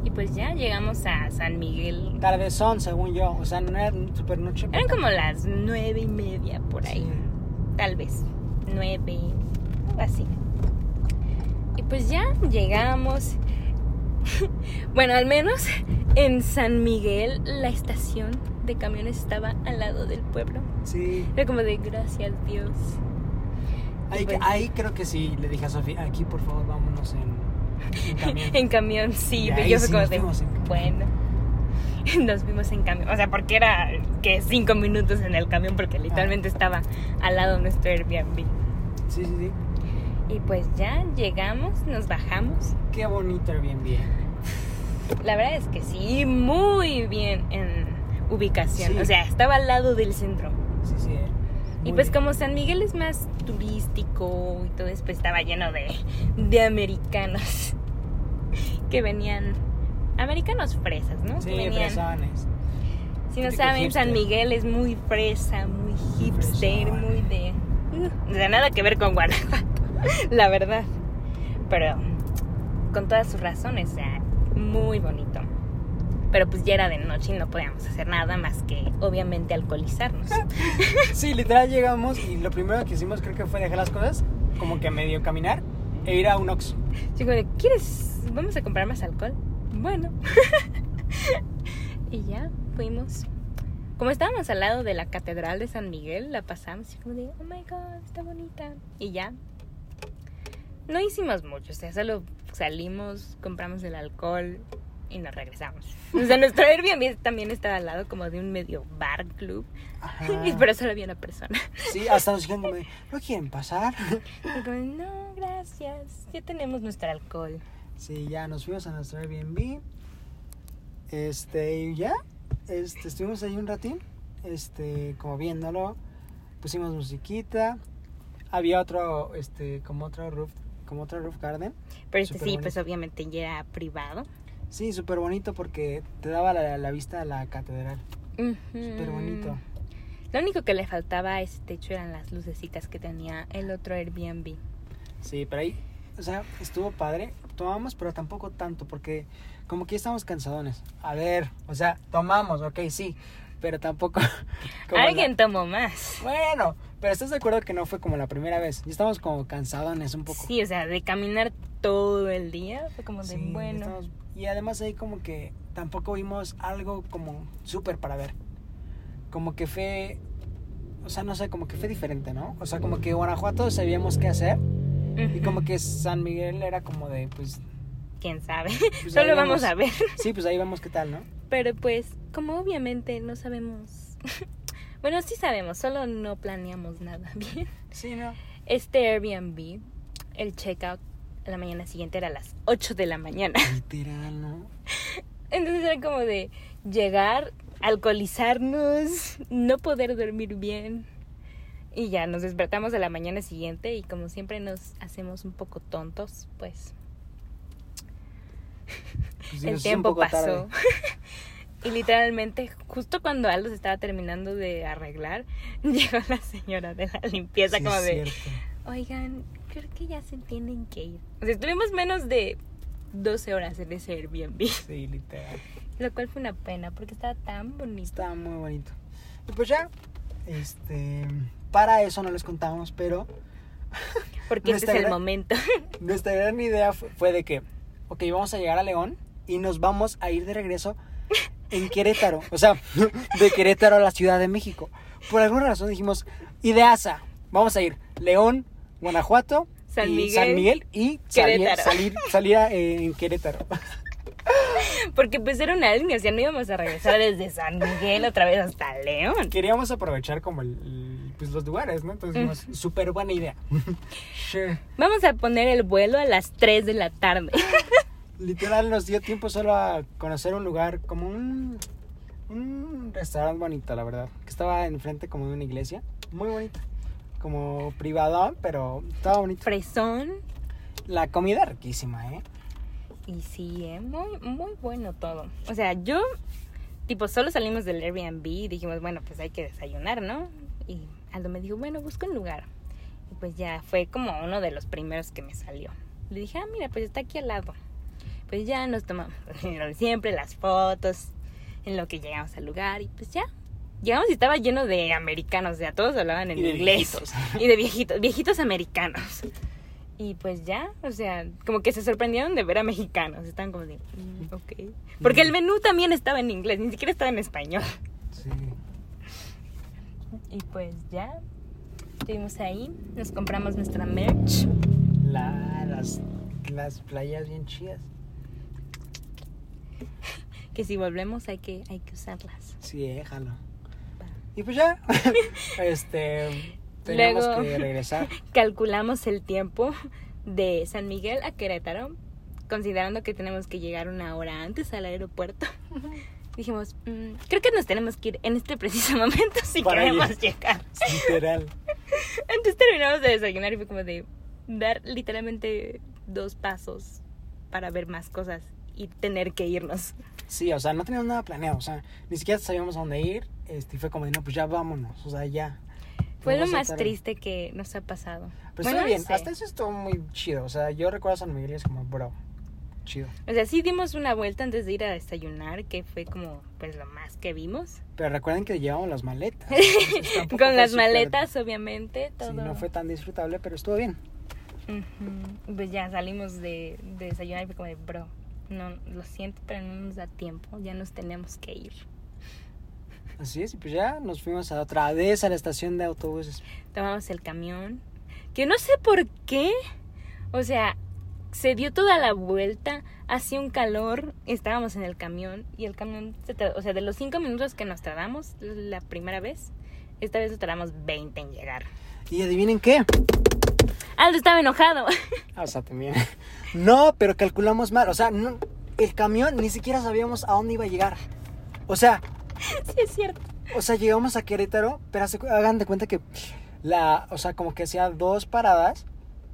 Y pues ya llegamos a San Miguel. Tardezón, según yo. O sea, no era super noche. Eran como las nueve y media por ahí. Sí. Tal vez. Nueve, algo así. Y pues ya llegamos. Bueno, al menos en San Miguel la estación de camiones estaba al lado del pueblo. Sí. Era como de gracias Dios. Ahí, pues, ahí creo que sí le dije a Sofía, aquí por favor vámonos en, en camión. En camión, sí. Y Pero ahí yo fue sí como nos de, fuimos en camión. bueno. Nos fuimos en camión. O sea, porque era que cinco minutos en el camión, porque literalmente Ah. estaba al lado de nuestro Airbnb. Sí, sí, sí. Y pues ya llegamos, nos bajamos. Qué bonito Airbnb. La verdad es que sí, muy bien en ubicación. Sí. O sea, estaba al lado del centro. Sí, sí. eh. Y Muy pues bien. como San Miguel es más turístico y todo eso, pues estaba lleno de, de americanos que venían, americanos fresas, ¿no? Sí, Que venían, fresones. si no típico saben, San hipster. Miguel es muy fresa, muy hipster, Fresón. muy de... uh, o sea, nada que ver con Guanajuato, la verdad. Pero con todas sus razones, o sea, muy bonito. Pero pues ya era de noche y no podíamos hacer nada más que, obviamente, alcoholizarnos. Sí, literal llegamos y lo primero que hicimos creo que fue dejar las cosas, como que medio caminar e ir a un Oxxo. Chico, de, ¿quieres? ¿Vamos a comprar más alcohol? Bueno. Y ya fuimos. Como estábamos al lado de la Catedral de San Miguel, la pasamos y como de, oh my God, está bonita. Y ya. No hicimos mucho, o sea, solo salimos, compramos el alcohol y nos regresamos. O sea, nuestro Airbnb también estaba al lado como de un medio bar club. Ajá. Y pero solo había una persona. Sí, hasta nos dijeron como de, ¿no quieren pasar? Y como, no, gracias, ya tenemos nuestro alcohol. Sí, ya nos fuimos a nuestro Airbnb. Este, y ya, este, estuvimos ahí un ratín, este, como viéndolo, pusimos musiquita, había otro, este, como otro roof, como otro roof garden. Pero este Súper sí, bonito. pues obviamente ya era privado. Sí, súper bonito porque te daba la, la vista a la catedral, Ujú. súper bonito. Lo único que le faltaba a ese techo eran las lucecitas que tenía el otro Airbnb. Sí, pero ahí, o sea, estuvo padre, tomamos, pero tampoco tanto porque como que ya estamos cansadones. A ver, o sea, tomamos, ok, sí, pero tampoco... como Alguien la- tomó más. Bueno, pero ¿estás de acuerdo que no fue como la primera vez? Ya estamos como cansadones un poco. Sí, o sea, de caminar todo el día fue como de Sí, bueno. estamos- Y además ahí como que tampoco vimos algo como súper para ver. Como que fue... O sea, no sé, como que fue diferente, ¿no? O sea, como que Guanajuato sabíamos qué hacer. Y Ujú. como que San Miguel era como de, pues... Quién sabe. Pues Solo ahí vamos vemos. a ver. Sí, pues ahí vemos qué tal, ¿no? Pero pues, como obviamente no sabemos. Bueno, sí sabemos, solo no planeamos nada bien. Sí, ¿no? Este Airbnb, el checkout a la mañana siguiente era a las ocho de la mañana. Literal, ¿no? Entonces era como de llegar, alcoholizarnos, no poder dormir bien. Y ya nos despertamos a la mañana siguiente y como siempre nos hacemos un poco tontos, pues Pues sí, el nos hizo un tiempo poco pasó. tarde. Y literalmente, justo cuando Aldo se estaba terminando de arreglar, llegó la señora de la limpieza Sí, como es de, cierto. oigan, creo que ya se tienen que ir. O sea, estuvimos menos de doce horas en ese Airbnb, Sí, literal. lo cual fue una pena porque estaba tan bonito. Estaba muy bonito. Y pues ya, este... Para eso no les contamos, pero... Porque este Nuestra es el gran- momento. Nuestra gran idea fue, fue de que, ok, vamos a llegar a León y nos vamos a ir de regreso en Querétaro. O sea, de Querétaro a la Ciudad de México. Por alguna razón dijimos, ideasa, vamos a ir León, Guanajuato, San y Miguel, San Miguel y salir, Querétaro. salir, salir a, eh, en Querétaro. Porque pues era una línea, o sea, no íbamos a regresar desde San Miguel otra vez hasta León. Queríamos aprovechar como el, el- pues los lugares, ¿no? Entonces dijimos, súper buena idea. Sure. Vamos a poner el vuelo a las tres de la tarde. Literal nos dio tiempo solo a conocer un lugar como un, un restaurante bonito, la verdad. Que estaba enfrente como de una iglesia. Muy bonito. Como privado, pero estaba bonito. Fresón. La comida riquísima, ¿eh? Y sí, eh, muy, muy bueno todo. O sea, yo, tipo, solo salimos del Airbnb y dijimos, bueno, pues hay que desayunar, ¿no? Y Aldo me dijo, bueno, busca un lugar. Y pues ya fue como uno de los primeros que me salió. Le dije, ah, mira, pues está aquí al lado. pues ya nos tomamos lo de siempre, las fotos, en lo que llegamos al lugar y pues ya. Llegamos y estaba lleno de americanos, o sea, todos hablaban en Y de inglés. viejitos. Y de viejitos, viejitos americanos. Y pues ya, o sea, como que se sorprendieron de ver a mexicanos. Estaban como de, mm, ok. Porque el menú también estaba en inglés, ni siquiera estaba en español. Sí. Y pues ya, estuvimos ahí, nos compramos nuestra merch. La, las, las playas bien chidas. Que si volvemos hay que, hay que usarlas. Sí, déjalo. Y pues ya, este, teníamos Luego, que regresar. Calculamos el tiempo de San Miguel a Querétaro, considerando que tenemos que llegar una hora antes al aeropuerto. Dijimos, mmm, creo que nos tenemos que ir en este preciso momento si Para queremos ir. llegar. Literal. Entonces terminamos de desayunar y fue como de dar literalmente dos pasos para ver más cosas y tener que irnos. Sí, o sea, no teníamos nada planeado, o sea, ni siquiera sabíamos a dónde ir, este, y fue como de, no, pues ya vámonos, o sea, ya. Fue lo Vamos a más estar- triste que nos ha pasado. Pero Bueno, estuvo bien, no sé. hasta eso estuvo muy chido, o sea, yo recuerdo a San Miguel y es como, bro, chido. O sea, sí dimos una vuelta antes de ir a desayunar, que fue como pues lo más que vimos. Pero recuerden que llevamos las maletas. entonces tampoco Con fue las súper- maletas, obviamente, todo. Sí, no fue tan disfrutable, pero estuvo bien. Ujú. Pues ya salimos de, de desayunar y fue como de, bro, no, lo siento, pero no nos da tiempo, ya nos tenemos que ir. Así es, y pues ya nos fuimos a otra vez a la estación de autobuses. Tomamos el camión, que no sé por qué, o sea, se dio toda la vuelta, hacía un calor, estábamos en el camión y el camión, se tar- o sea, de los cinco minutos que nos tardamos la primera vez, esta vez nos tardamos veinte en llegar. Y adivinen qué. Aldo estaba enojado. Ah, o sea, también. No, pero calculamos mal, o sea, no, el camión ni siquiera sabíamos a dónde iba a llegar. O sea, Sí, es cierto. o sea, llegamos a Querétaro, pero hace- hagan de cuenta que la, o sea, como que hacía dos paradas,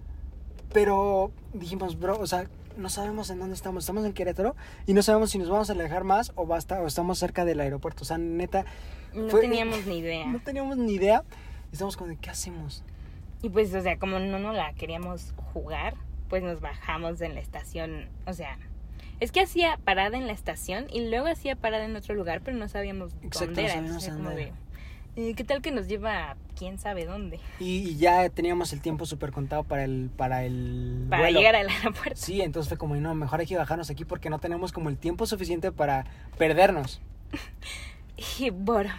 pero dijimos, bro, o sea, no sabemos en dónde estamos. Estamos en Querétaro y no sabemos si nos vamos a alejar más o basta o estamos cerca del aeropuerto. O sea, neta, No Fue- teníamos ni idea. no teníamos ni idea. Estamos como de, ¿qué hacemos? Y pues, o sea, como no nos la queríamos jugar, pues nos bajamos en la estación. O sea, es que hacía parada en la estación y luego hacía parada en otro lugar, pero no sabíamos Exacto, dónde no era. sabíamos Entonces, a como dónde de, eh, ¿qué tal que nos lleva a quién sabe dónde? Y, y ya teníamos el tiempo súper contado para el, para el Para vuelo. llegar al aeropuerto. Sí, entonces fue como, no, mejor hay que bajarnos aquí porque no tenemos como el tiempo suficiente para perdernos. Y bueno,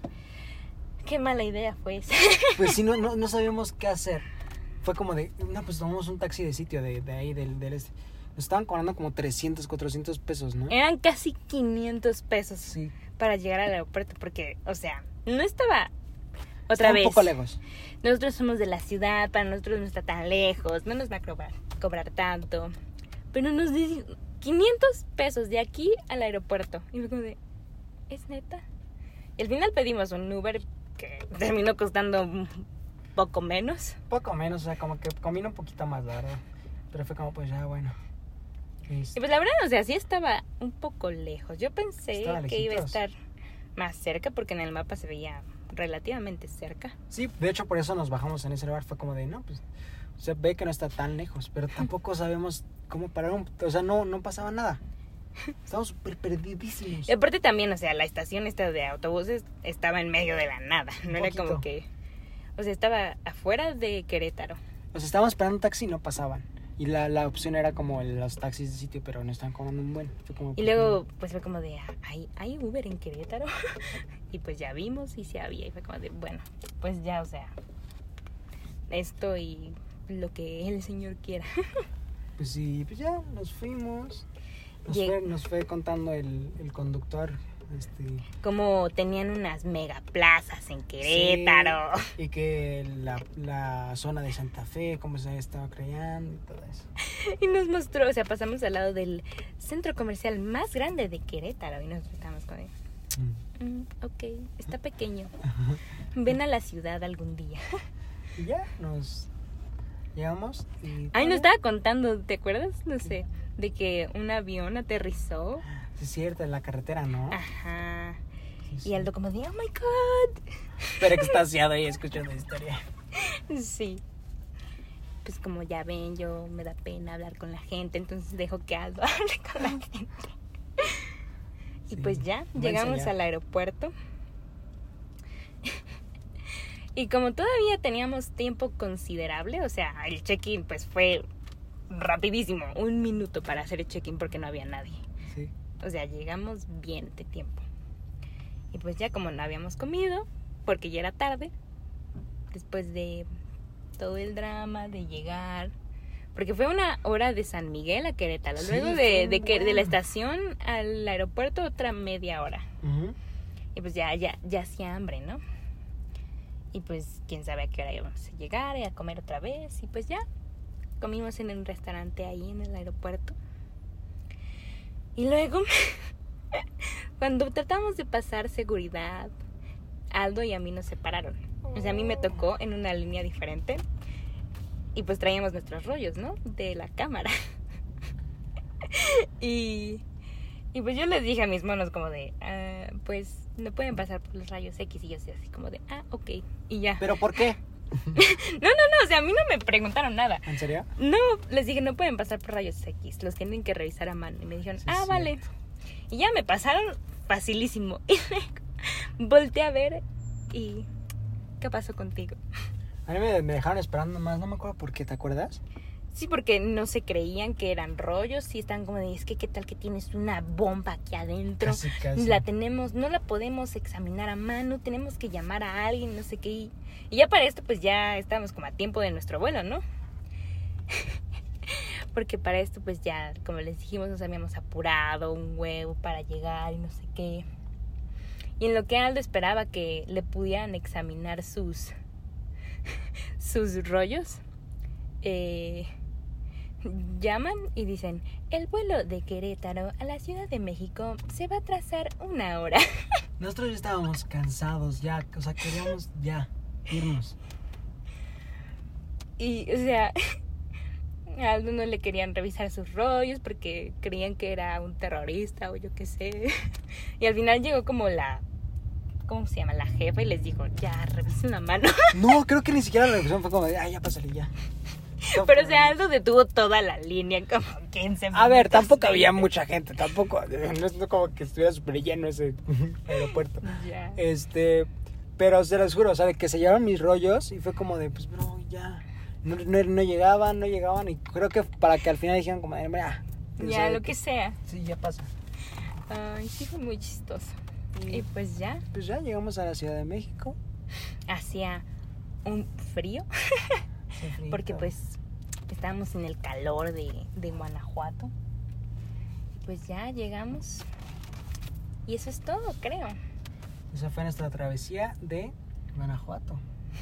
qué mala idea fue esa. Pues sí, no, no, no sabíamos qué hacer. Fue como de, no, pues tomamos un taxi de sitio de, de ahí, del, del este. Nos estaban cobrando como trescientos, cuatrocientos pesos, ¿no? Eran casi quinientos pesos Sí. para llegar al aeropuerto porque, o sea, no estaba... Otra Estaba vez. un poco lejos. Nosotros somos de la ciudad, para nosotros no está tan lejos, no nos va a cobrar, cobrar tanto. Pero nos dicen quinientos pesos de aquí al aeropuerto. Y fue como de, ¿es neta? Y al final pedimos un Uber que terminó costando un poco menos. Poco menos, o sea, como que combina un poquito más, la verdad. Pero fue como, pues ya, bueno. Este, Y pues la verdad, o sea, sí estaba un poco lejos. Yo pensé Estaba que iba a lejitos. estar más cerca porque en el mapa se veía relativamente cerca. Sí, de hecho por eso nos bajamos en ese lugar. Fue como de, no, pues se ve que no está tan lejos, pero tampoco sabemos cómo parar un... O sea, no, no pasaba nada. Estábamos súper perdidísimos. Y aparte también, o sea, la estación esta de autobuses estaba en medio de la nada. No Un era poquito. como que... O sea, estaba afuera de Querétaro. O sea, estábamos esperando un taxi y no pasaban. Y la, la opción era como el- los taxis de sitio, pero no estaban cobrando un buen. Fue como, Y pues, luego, pues fue como de, ¿hay, ¿hay Uber en Querétaro? Y pues ya vimos y sí había. Y fue como de, bueno, pues ya, o sea, esto y lo que el Señor quiera. Pues sí, pues ya nos fuimos. Nos, Lleg- fue, nos fue contando el, el conductor. Este, Como tenían unas mega plazas en Querétaro. sí, y que la, la zona de Santa Fe, cómo se estaba creando y todo eso. Y nos mostró, o sea, pasamos al lado del centro comercial más grande de Querétaro. Y nosotros estábamos con él. Mm. Mm, ok, está pequeño. Ven a la ciudad algún día. Y ya nos llegamos. Y Ay, nos estaba contando, ¿te acuerdas? No sé, de que un avión aterrizó. Sí, es cierto, en la carretera, ¿no? Ajá. Sí, sí. Y Aldo como de, oh my God. Pero extasiado ahí escuchando la historia. Sí. pues como ya ven, yo me da pena hablar con la gente, entonces dejo que Aldo hable con la gente. Y sí, pues ya, llegamos al aeropuerto. Y como todavía teníamos tiempo considerable, o sea, el check-in pues fue rapidísimo, un minuto para hacer el check-in porque no había nadie. Sí. O sea, llegamos bien de tiempo. Y pues ya como no habíamos comido, porque ya era tarde, después de todo el drama de llegar, porque fue una hora de San Miguel a Querétaro, sí, luego de, de, que, de la estación al aeropuerto otra media hora. Uh-huh. Y pues ya, ya, ya hacía hambre, ¿no? Y pues quién sabe a qué hora íbamos a llegar y a comer otra vez. Y pues ya comimos en un restaurante ahí en el aeropuerto. Y luego, cuando tratamos de pasar seguridad, Aldo y a mí nos separaron. O sea, a mí me tocó en una línea diferente. Y pues traíamos nuestros rollos, ¿no? De la cámara. y, y pues yo les dije a mis monos como de, ah, pues no pueden pasar por los rayos X. Y yo así, así como de, ah, ok. Y ya. ¿Pero por qué? no, no, no, o sea, a mí no me preguntaron nada. ¿En serio? No, les dije, no pueden pasar por rayos X, los tienen que revisar a mano. Y me dijeron, sí, ah, vale. Y ya me pasaron facilísimo. Y luego volteé a ver y, ¿qué pasó contigo? A mí me, me dejaron esperando más, no me acuerdo por qué, ¿te acuerdas? Sí, porque no se creían que eran rollos, y están como de, es que qué tal que tienes una bomba aquí adentro. Casi, casi. La tenemos, no la podemos examinar a mano, tenemos que llamar a alguien, no sé qué. Y, y ya para esto pues ya estábamos como a tiempo de nuestro vuelo, ¿no? Porque para esto pues ya, como les dijimos, nos habíamos apurado un huevo para llegar y no sé qué. Y en lo que Aldo esperaba que le pudieran examinar sus sus rollos, eh, llaman y dicen, el vuelo de Querétaro a la Ciudad de México se va a atrasar una hora. Nosotros ya estábamos cansados, ya, o sea, queríamos ya irnos. Y, o sea, a Aldo no le querían revisar sus rollos porque creían que era un terrorista o yo qué sé. Y al final llegó como la... ¿cómo se llama? La jefa y les dijo, ya, revisen la mano. No, creo que ni siquiera la revisión fue como de, ay, ya pásale, ya. No, pero, o sea, Aldo detuvo toda la línea como quince minutos. A ver, tampoco había mucha gente, tampoco, no es como que estuviera súper lleno ese aeropuerto. Ya. Este, pero se los juro, o sea, de que se llevaron mis rollos y fue como de, pues, bro, ya. No, no, no llegaban, no llegaban y creo que para que al final dijeran como de, mira. Ya, lo que, que sea. Sí, ya pasa. Ay, sí fue muy chistoso. Y pues ya. Pues ya llegamos a la Ciudad de México. Hacía un frío. Porque pues estábamos en el calor de, de Guanajuato. Y pues ya llegamos. Y eso es todo, creo. Esa fue nuestra travesía de Guanajuato.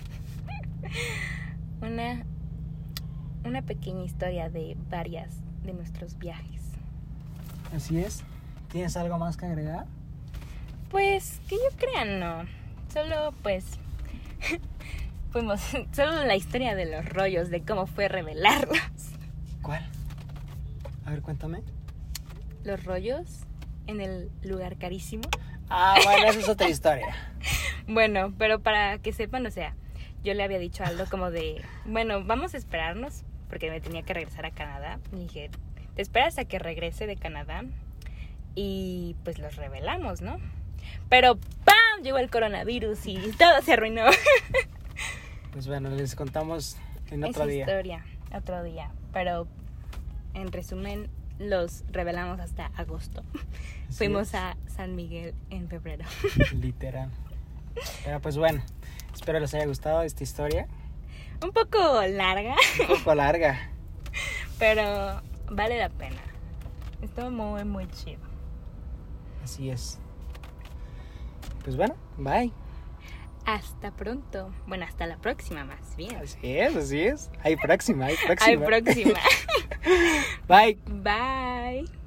Una, una pequeña historia de varias de nuestros viajes. Así es. ¿Tienes algo más que agregar? Pues, que yo crea, no. Solo, pues, fuimos, solo la historia de los rollos, de cómo fue revelarlos. ¿Cuál? A ver, cuéntame. Los rollos en el lugar carísimo. Ah, bueno, esa es otra historia. Bueno, pero para que sepan, o sea, yo le había dicho a Aldo como de, bueno, vamos a esperarnos, porque me tenía que regresar a Canadá. Y dije, te esperas a que regrese de Canadá y pues los revelamos, ¿no? Pero ¡pam! Llegó el coronavirus y todo se arruinó. Pues bueno, les contamos en otro Esa día. historia, otro día. Pero en resumen, los revelamos hasta agosto. Así Fuimos es. a San Miguel en febrero. Literal. Pero pues bueno, espero les haya gustado esta historia. Un poco larga. Un poco larga. Pero vale la pena. Estuvo muy, muy chido. Así es. Pues bueno, bye. Hasta pronto. Bueno, hasta la próxima más bien. Así es, así es. Hay próxima, hay próxima. Hay próxima. Bye. Bye.